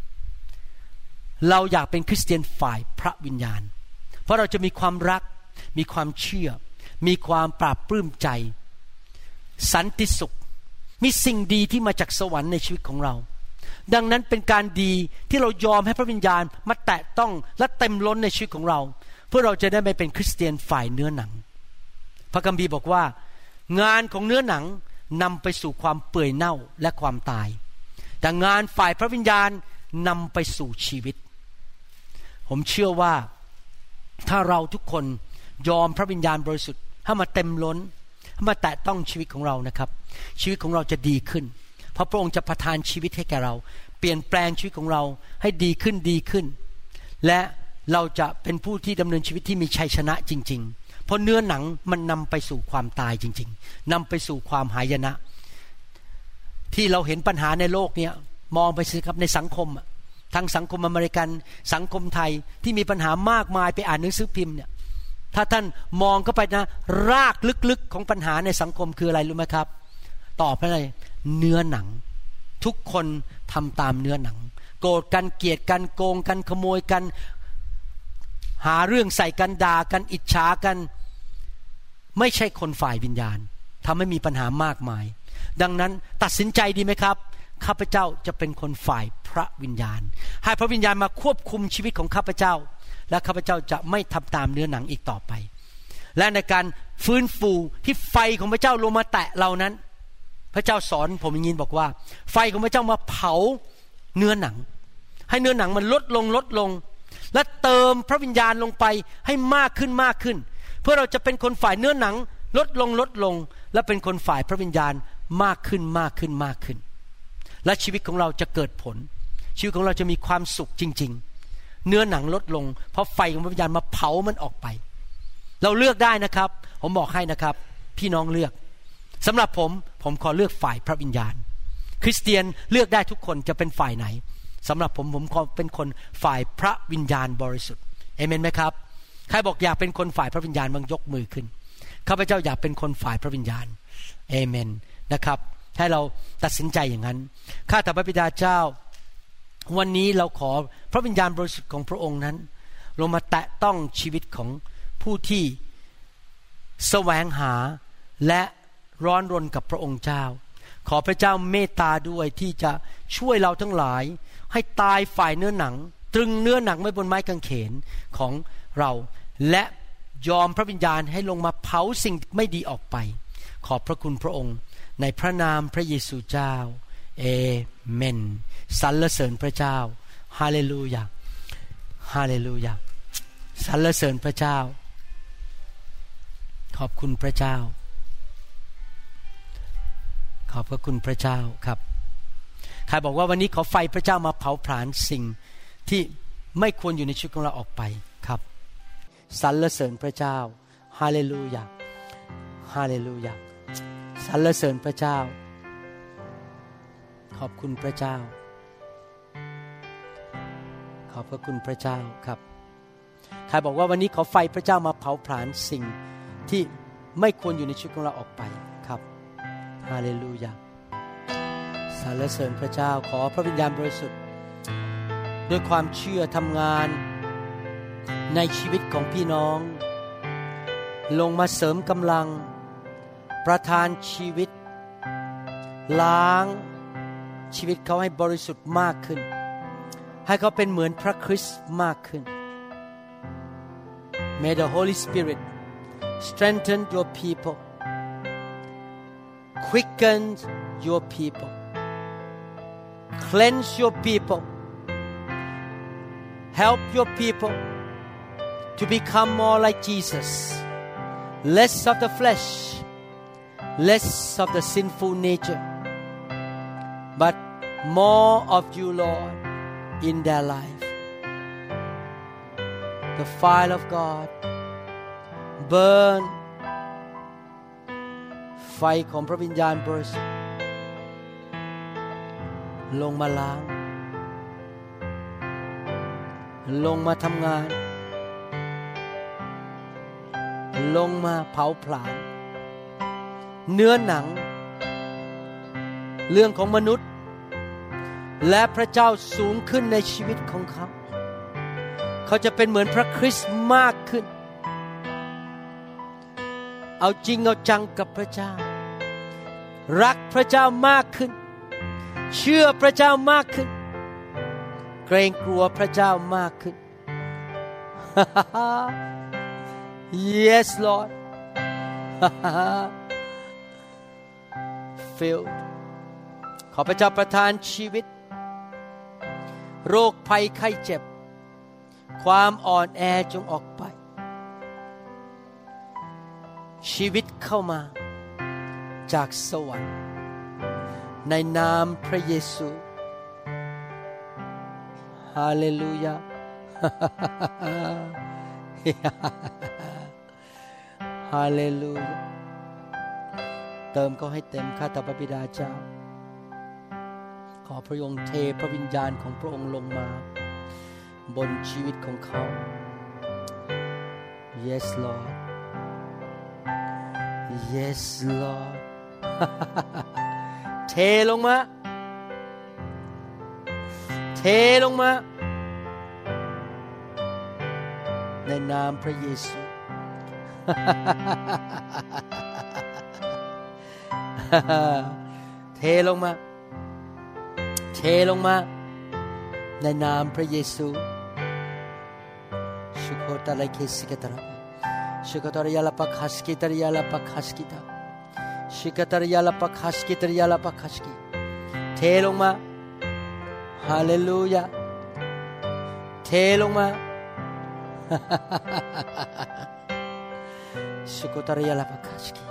เราอยากเป็นคริสเตียนฝ่ายพระวิญญาณเพราะเราจะมีความรักมีความเชื่อมีความปราบปลื้มใจสันติสุขมีสิ่งดีที่มาจากสวรรค์ในชีวิตของเราดังนั้นเป็นการดีที่เรายอมให้พระวิญญาณมาแตะต้องและเต็มล้นในชีวิตของเราเพื่อเราจะได้ไม่เป็นคริสเตียนฝ่ายเนื้อหนังพระคัมภีร์บอกว่างานของเนื้อหนังนำไปสู่ความเปื่อยเน่าและความตายแต่งานฝ่ายพระวิญญาณนำไปสู่ชีวิตผมเชื่อว่าถ้าเราทุกคนยอมพระวิญญาณบริสุทธิ์ให้มาเต็มล้นให้มาแตะต้องชีวิตของเรานะครับชีวิตของเราจะดีขึ้นเพราะพระองค์จะประทานชีวิตให้แก่เราเปลี่ยนแปลงชีวิตของเราให้ดีขึ้นดีขึ้นและเราจะเป็นผู้ที่ดำเนินชีวิตที่มีชัยชนะจริงๆเพราะเนื้อหนังมันนำไปสู่ความตายจริงๆนำไปสู่ความหายนะที่เราเห็นปัญหาในโลกนี้มองไปสิครับในสังคมทั้งสังคมอเมริกันสังคมไทยที่มีปัญหามากมายไปอ่านหนังสือพิมพ์เนี่ยถ้าท่านมองเข้าไปนะรากลึกๆของปัญหาในสังคมคืออะไรรู้ไหมครับตอบอะไรเนื้อหนังทุกคนทำตามเนื้อหนังโกรธกันเกลียดกันโกงกันขโมยกันหาเรื่องใส่กันด่ากันอิจฉากันไม่ใช่คนฝ่ายวิญญาณทำให้มีปัญหามากมายดังนั้นตัดสินใจดีไหมครับข้าพเจ้าจะเป็นคนฝ่ายพระวิญญาณให้พระวิญญาณมาควบคุมชีวิตของข้าพเจ้าและข้าพเจ้าจะไม่ทำตามเนื้อหนังอีกต่อไปและในการฟื้นฟูที่ไฟของพระเจ้าลงมาแตะเรานั้นพระเจ้าสอนผมอย่างนี้บอกว่าไฟของพระเจ้ามาเผาเนื้อหนังให้เนื้อหนังมันลดลงลดลงและเติมพระวิญญาณลงไปให้มากขึ้นมากขึ้นเพื่อเราจะเป็นคนฝ่ายเนื้อหนังลดลงลดลงและเป็นคนฝ่ายพระวิญญาณมากขึ้นมากขึ้นมากขึ้นและชีวิตของเราจะเกิดผลชีวิตของเราจะมีความสุขจริงๆเนื้อหนังลดลงเพราะไฟของพระวิญญาณมาเผามันออกไปเราเลือกได้นะครับผมบอกให้นะครับพี่น้องเลือกสำหรับผมผมขอเลือกฝ่ายพระวิญญาณคริสเตียนเลือกได้ทุกคนจะเป็นฝ่ายไหนสำหรับผมผมขอเป็นคนฝ่ายพระวิญญาณบริสุทธิ์เอเมนไหมครับใครบอกอยากเป็นคนฝ่ายพระวิญญาณบ้างยกมือขึ้นข้าพเจ้าอยากเป็นคนฝ่ายพระวิญญาณเอเมนนะครับให้เราตัดสินใจอย่างนั้นข้าแต่พระบิดาเจ้าวันนี้เราขอพระวิญญาณบริสุทธิ์ของพระองค์นั้นลงมาแตะต้องชีวิตของผู้ที่แสวงหาและร้อนรนกับพระองค์เจ้าขอพระเจ้าเมตตาด้วยที่จะช่วยเราทั้งหลายให้ตายฝ่ายเนื้อหนังตรึงเนื้อหนังไว้บนไม้กางเขนของเราและยอมพระวิญญาณให้ลงมาเผาสิ่งไม่ดีออกไปขอบพระคุณพระองค์ในพระนามพระเยซูเจ้าเอเมนสรรเสริญพระเจ้าฮาเลลูยาฮาเลลูยาสรรเสริญพระเจ้าขอบคุณพระเจ้าขอบพระคุณพระเจ้าครับใครบอกว่าวันนี้ขอไฟพระเจ้ามาเผาผลาญสิ่งที่ไม่ควรอยู่ในชีวิตของเราออกไปครับสรรเสริญพระเจ้าฮาเลลูยาฮาเลลูยาสรรเสริญพระเจ้าขอบคุณพระเจ้าขอบพระคุณพระเจ้าครับใครบอกว่าวันนี้ขอไฟพระเจ้ามาเผาผลาญสิ่งที่ไม่ควรอยู่ในชีวิตของเราออกไปครับฮาเลลูยาสรรเสริญพระเจ้าขอพระวิญญาณบริสุทธิ์ด้วยความเชื่อทำงานในชีวิตของพี่น้องลงมาเสริมกำลังประทานชีวิตล้างชีวิตเขาให้บริสุทธิ์มากขึ้นให้เขาเป็นเหมือนพระคริสต์มากขึ้น May the Holy Spirit strengthen your people quicken your people cleanse your people help your people to become more like Jesus less of the flesh less of the sinful nature but more of you Lord in their life the fire of God burnไฟของพระวิญญาณบริสุทธิ์ลงมาล้างลงมาทำงานลงมาเผาผลาญเนื้อหนังเรื่องของมนุษย์และพระเจ้าสูงขึ้นในชีวิตของเขาเขาจะเป็นเหมือนพระคริสต์มากขึ้นเอาจริงเอาจังกับพระเจ้ารักพระเจ้ามากขึ้นเชื่อพระเจ้ามากขึ้นเกรงกลัวพระเจ้ามากขึ้น Yes Lord filled ขอพระเจ้าประทานชีวิตโรคภัยไข้เจ็บความอ่อนแอจงออกไปชีวิตเข้ามาจากสวรรค์ในนามพระเยซูฮาเลลูยาฮาเลลูยาเติมเขาให้เต็มข้าแต่พระบิดาเจ้าขอพระองค์เทพระวิญญาณของพระองค์ลงมาบนชีวิตของเขา Yes Lord Yes Lord เทลงมาเทลงมาในนามพระเยซู เทลงมาเทลงมาในนามพระเยซูชุโคตะไลเคสิกะตระชุโคตะริยาลาปะคัสกิตะริยาลาปะคัสกิตาชิกะตะริยาลาปะคัสกิตะริยาลาปะคัสกิเทลงมาฮาเลลูยาเทลงมาชุโคตะริยาลาปะคัสกิ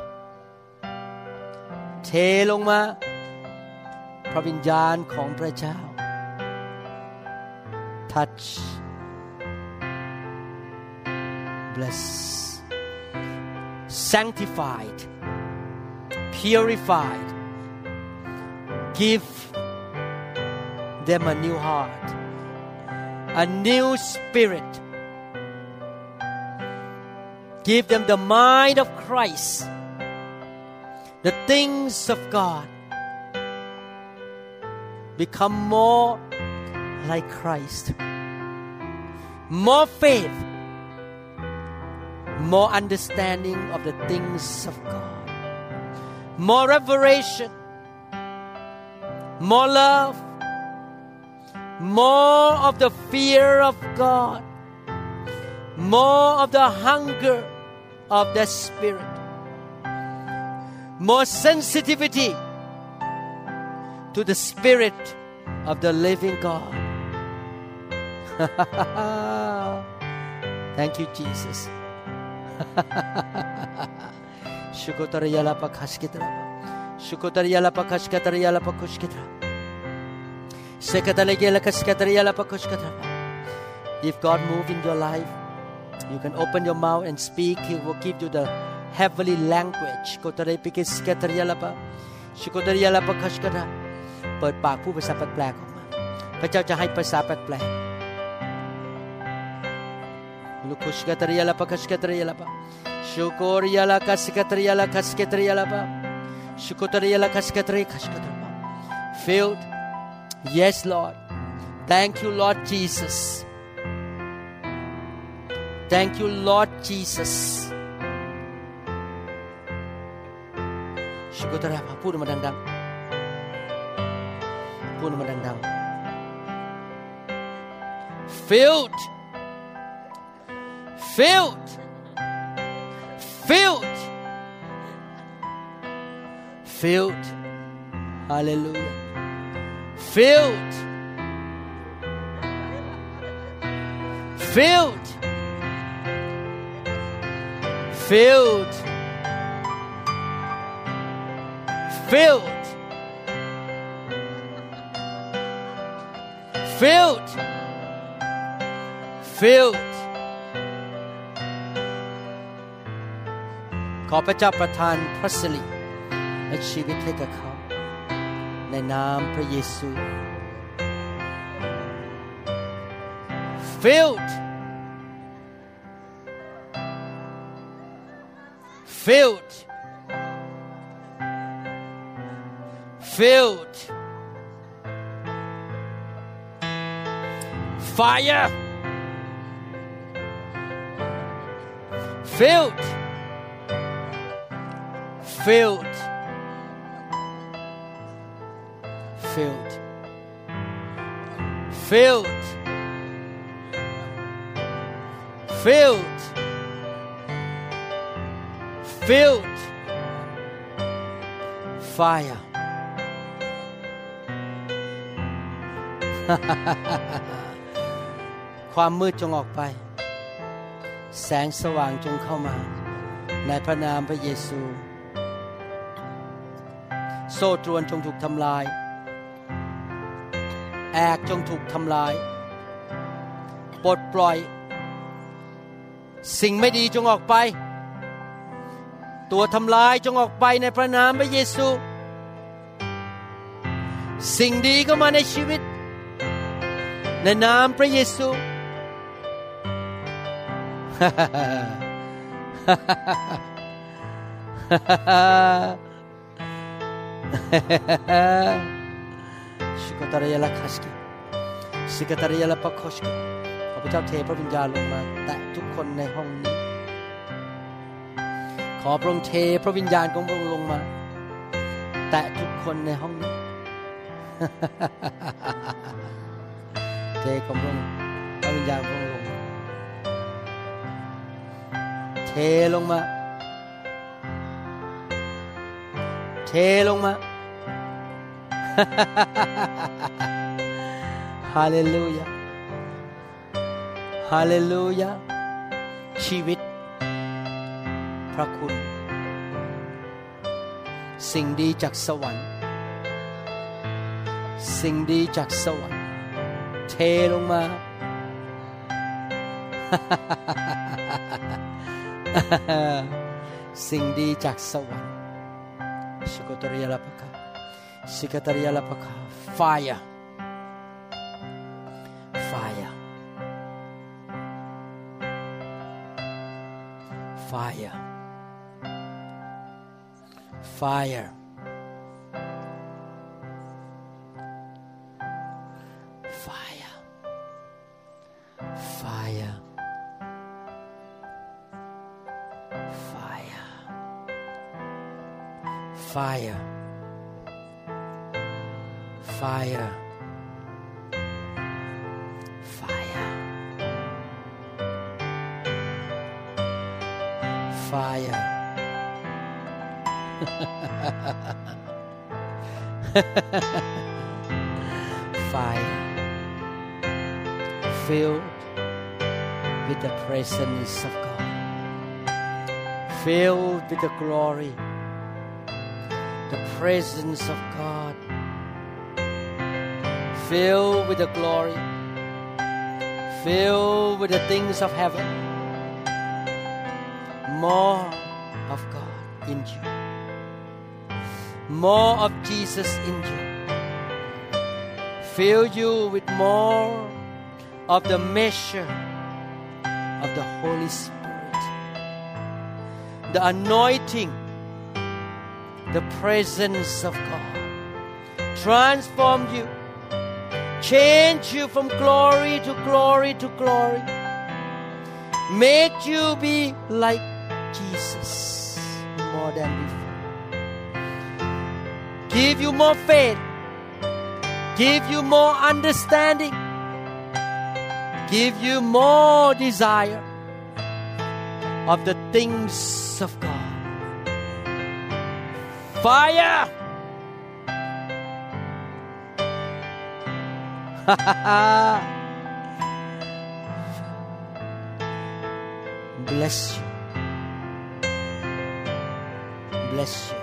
เทลงมาพระวิญญาณของพระเจ้า touch bless sanctified purified give them a new heart a new spirit give them the mind of Christ the things of God become more like Christ more faith more understanding of the things of God more revelation more love more of the fear of God more of the hunger of the Spirit more sensitivity to the Spirit of the living God thank you Jesus Shukotariya la pakashkitra Shukotariya la pakashkatariya la pakushkitra Sekatariya la kashkatariya la pakushkitra If God move in your life you can open your mouth and speak He will give you the heavenly language Kotariya pikashkatariya la pa Shukotariya la pakashkatra เปิดปากพูดภาษาแปลกๆออกมาพระเจ้าจะให้ภาษาแปลกๆลูกคุชกะตริยาลาปะคัชกะตริยาลาปะชูโกริยาลาคัสกะตริยาลาคัสกะตริยาลาปะชูโกตริยาลาคัสกะตริคัสกะตริปะ filled yes Lord thank you Lord Jesus thank you Lord Jesus ชูโกตริยาลาพูดมาดังๆพูดมาดังๆ filled filled filled filled Hallelujah. Filled. Filled. Filled. Filled. Filled. Filled. ขอพระเจ้าประทานพระสิริและชีวิตให้กับเขาในนามพระเยซู Filled. Filled. Filled. Fire. Filled. Filled. Filled. Filled. Filled. Filled. Fire. ความมืดจงออกไปแสงสว่างจงเข้ามาในพระนามพระเยซูโซ่ตรวนจงถูกทำลายแอกจงถูกทำลายปลดปล่อยสิ่งไม่ดีจงออกไปตัวทำลายจงออกไปในพระนามพระเยซูสิ่งดีเข้ามาในชีวิตในนามพระเยซูชิกตาเรียลคัสกิชิกตาเรียลปะโคชกิขอพระเจ้าเทพระวิญญาณลงมาแตะทุกคนในห้องนี้ขอพระองค์เทพระวิญญาณของพระองค์ลงมาแตะทุกคนในห้องนี้เทของพระองค์พระวิญญาณของพระองค์ลงมาเทลงมาเทลงมาฮาเลลูยาฮาเลลูยาชีวิตพระคุณสิ่งดีจากสวรรค์สิ่งดีจากสวรรค์เทลงมาสิ่งดีจากสวรรค์ชิกตริยาลาปะคาชิกตริยาลาปะคา fire fire fire fire fire fire fire fire fire fire fire filled with the presence of God filled with the glory the presence of God filled with the glory filled with the things of heaven more of God in you more of Jesus in you fill you with more of the measure of the Holy Spirit the anointing the presence of God transform you change you from glory to glory to glory make you be like Jesus more than before give you more faith give you more understanding give you more desire of the things of God fire Bless you. Bless you.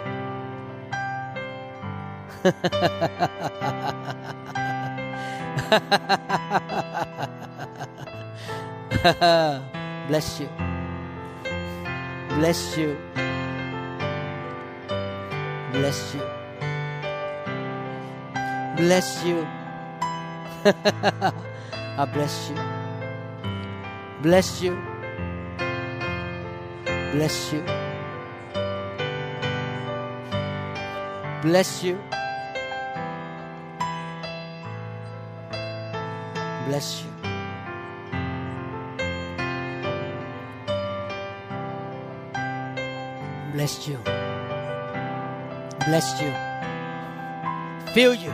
Bless you. Bless you. Bless you. Bless you. I bless you. Bless you. Bless you. Bless you. Bless you. Bless you. Bless you. Feel you.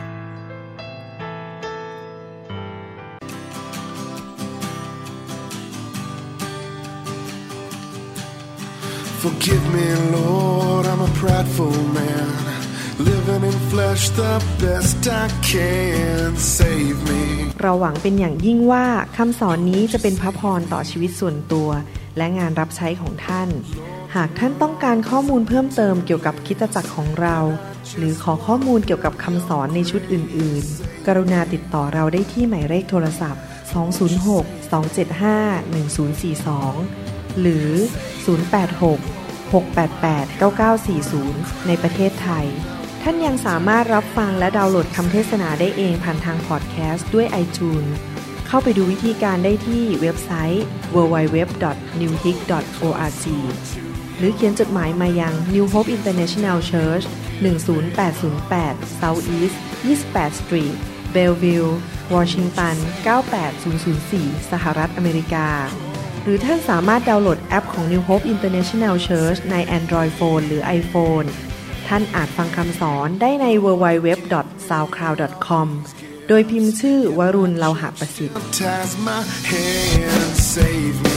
Forgive me, Lord, I'm a prideful man, living in flesh the best I can. Save me. เราหวังเป็นอย่างยิ่งว่าคำสอนนี้จะเป็นพระพรต่อชีวิตส่วนตัวและงานรับใช้ของท่านหากท่านต้องการข้อมูลเพิ่มเติมเกี่ยวกับคริสตจักรของเราหรือขอข้อมูลเกี่ยวกับคำสอนในชุดอื่นๆกรุณาติดต่อเราได้ที่หมายเลขโทรศัพท์สอง ศูนย์ หก สอง เจ็ด ห้า หนึ่ง ศูนย์ สี่ สองหรือศูนย์ แปด หก หก แปด แปด เก้า เก้า สี่ ศูนย์ในประเทศไทยท่านยังสามารถรับฟังและดาวน์โหลดคำเทศนาได้เองผ่านทางพอดแคสต์ด้วย iTunes เข้าไปดูวิธีการได้ที่เว็บไซต์ ดับเบิลยู ดับเบิลยู ดับเบิลยู ดอท นิว ฮิก ดอท โอ อาร์ จี หรือเขียนจดหมายมายัง New Hope International Church หนึ่ง ศูนย์ แปด ศูนย์ แปด South East ยี่สิบแปด Street Bellevue Washington เก้า แปด ศูนย์ ศูนย์ สี่ สหรัฐอเมริกาหรือท่านสามารถดาวน์โหลดแอปของ New Hope International Church ใน Android Phone หรือ iPhone ท่านอาจฟังคำสอนได้ใน ดับเบิลยู ดับเบิลยู ดับเบิลยู ดอท ซาวด์คลาวด์ ดอท คอม โดยพิมพ์ชื่อวรุณ เลาหะประสิทธิ์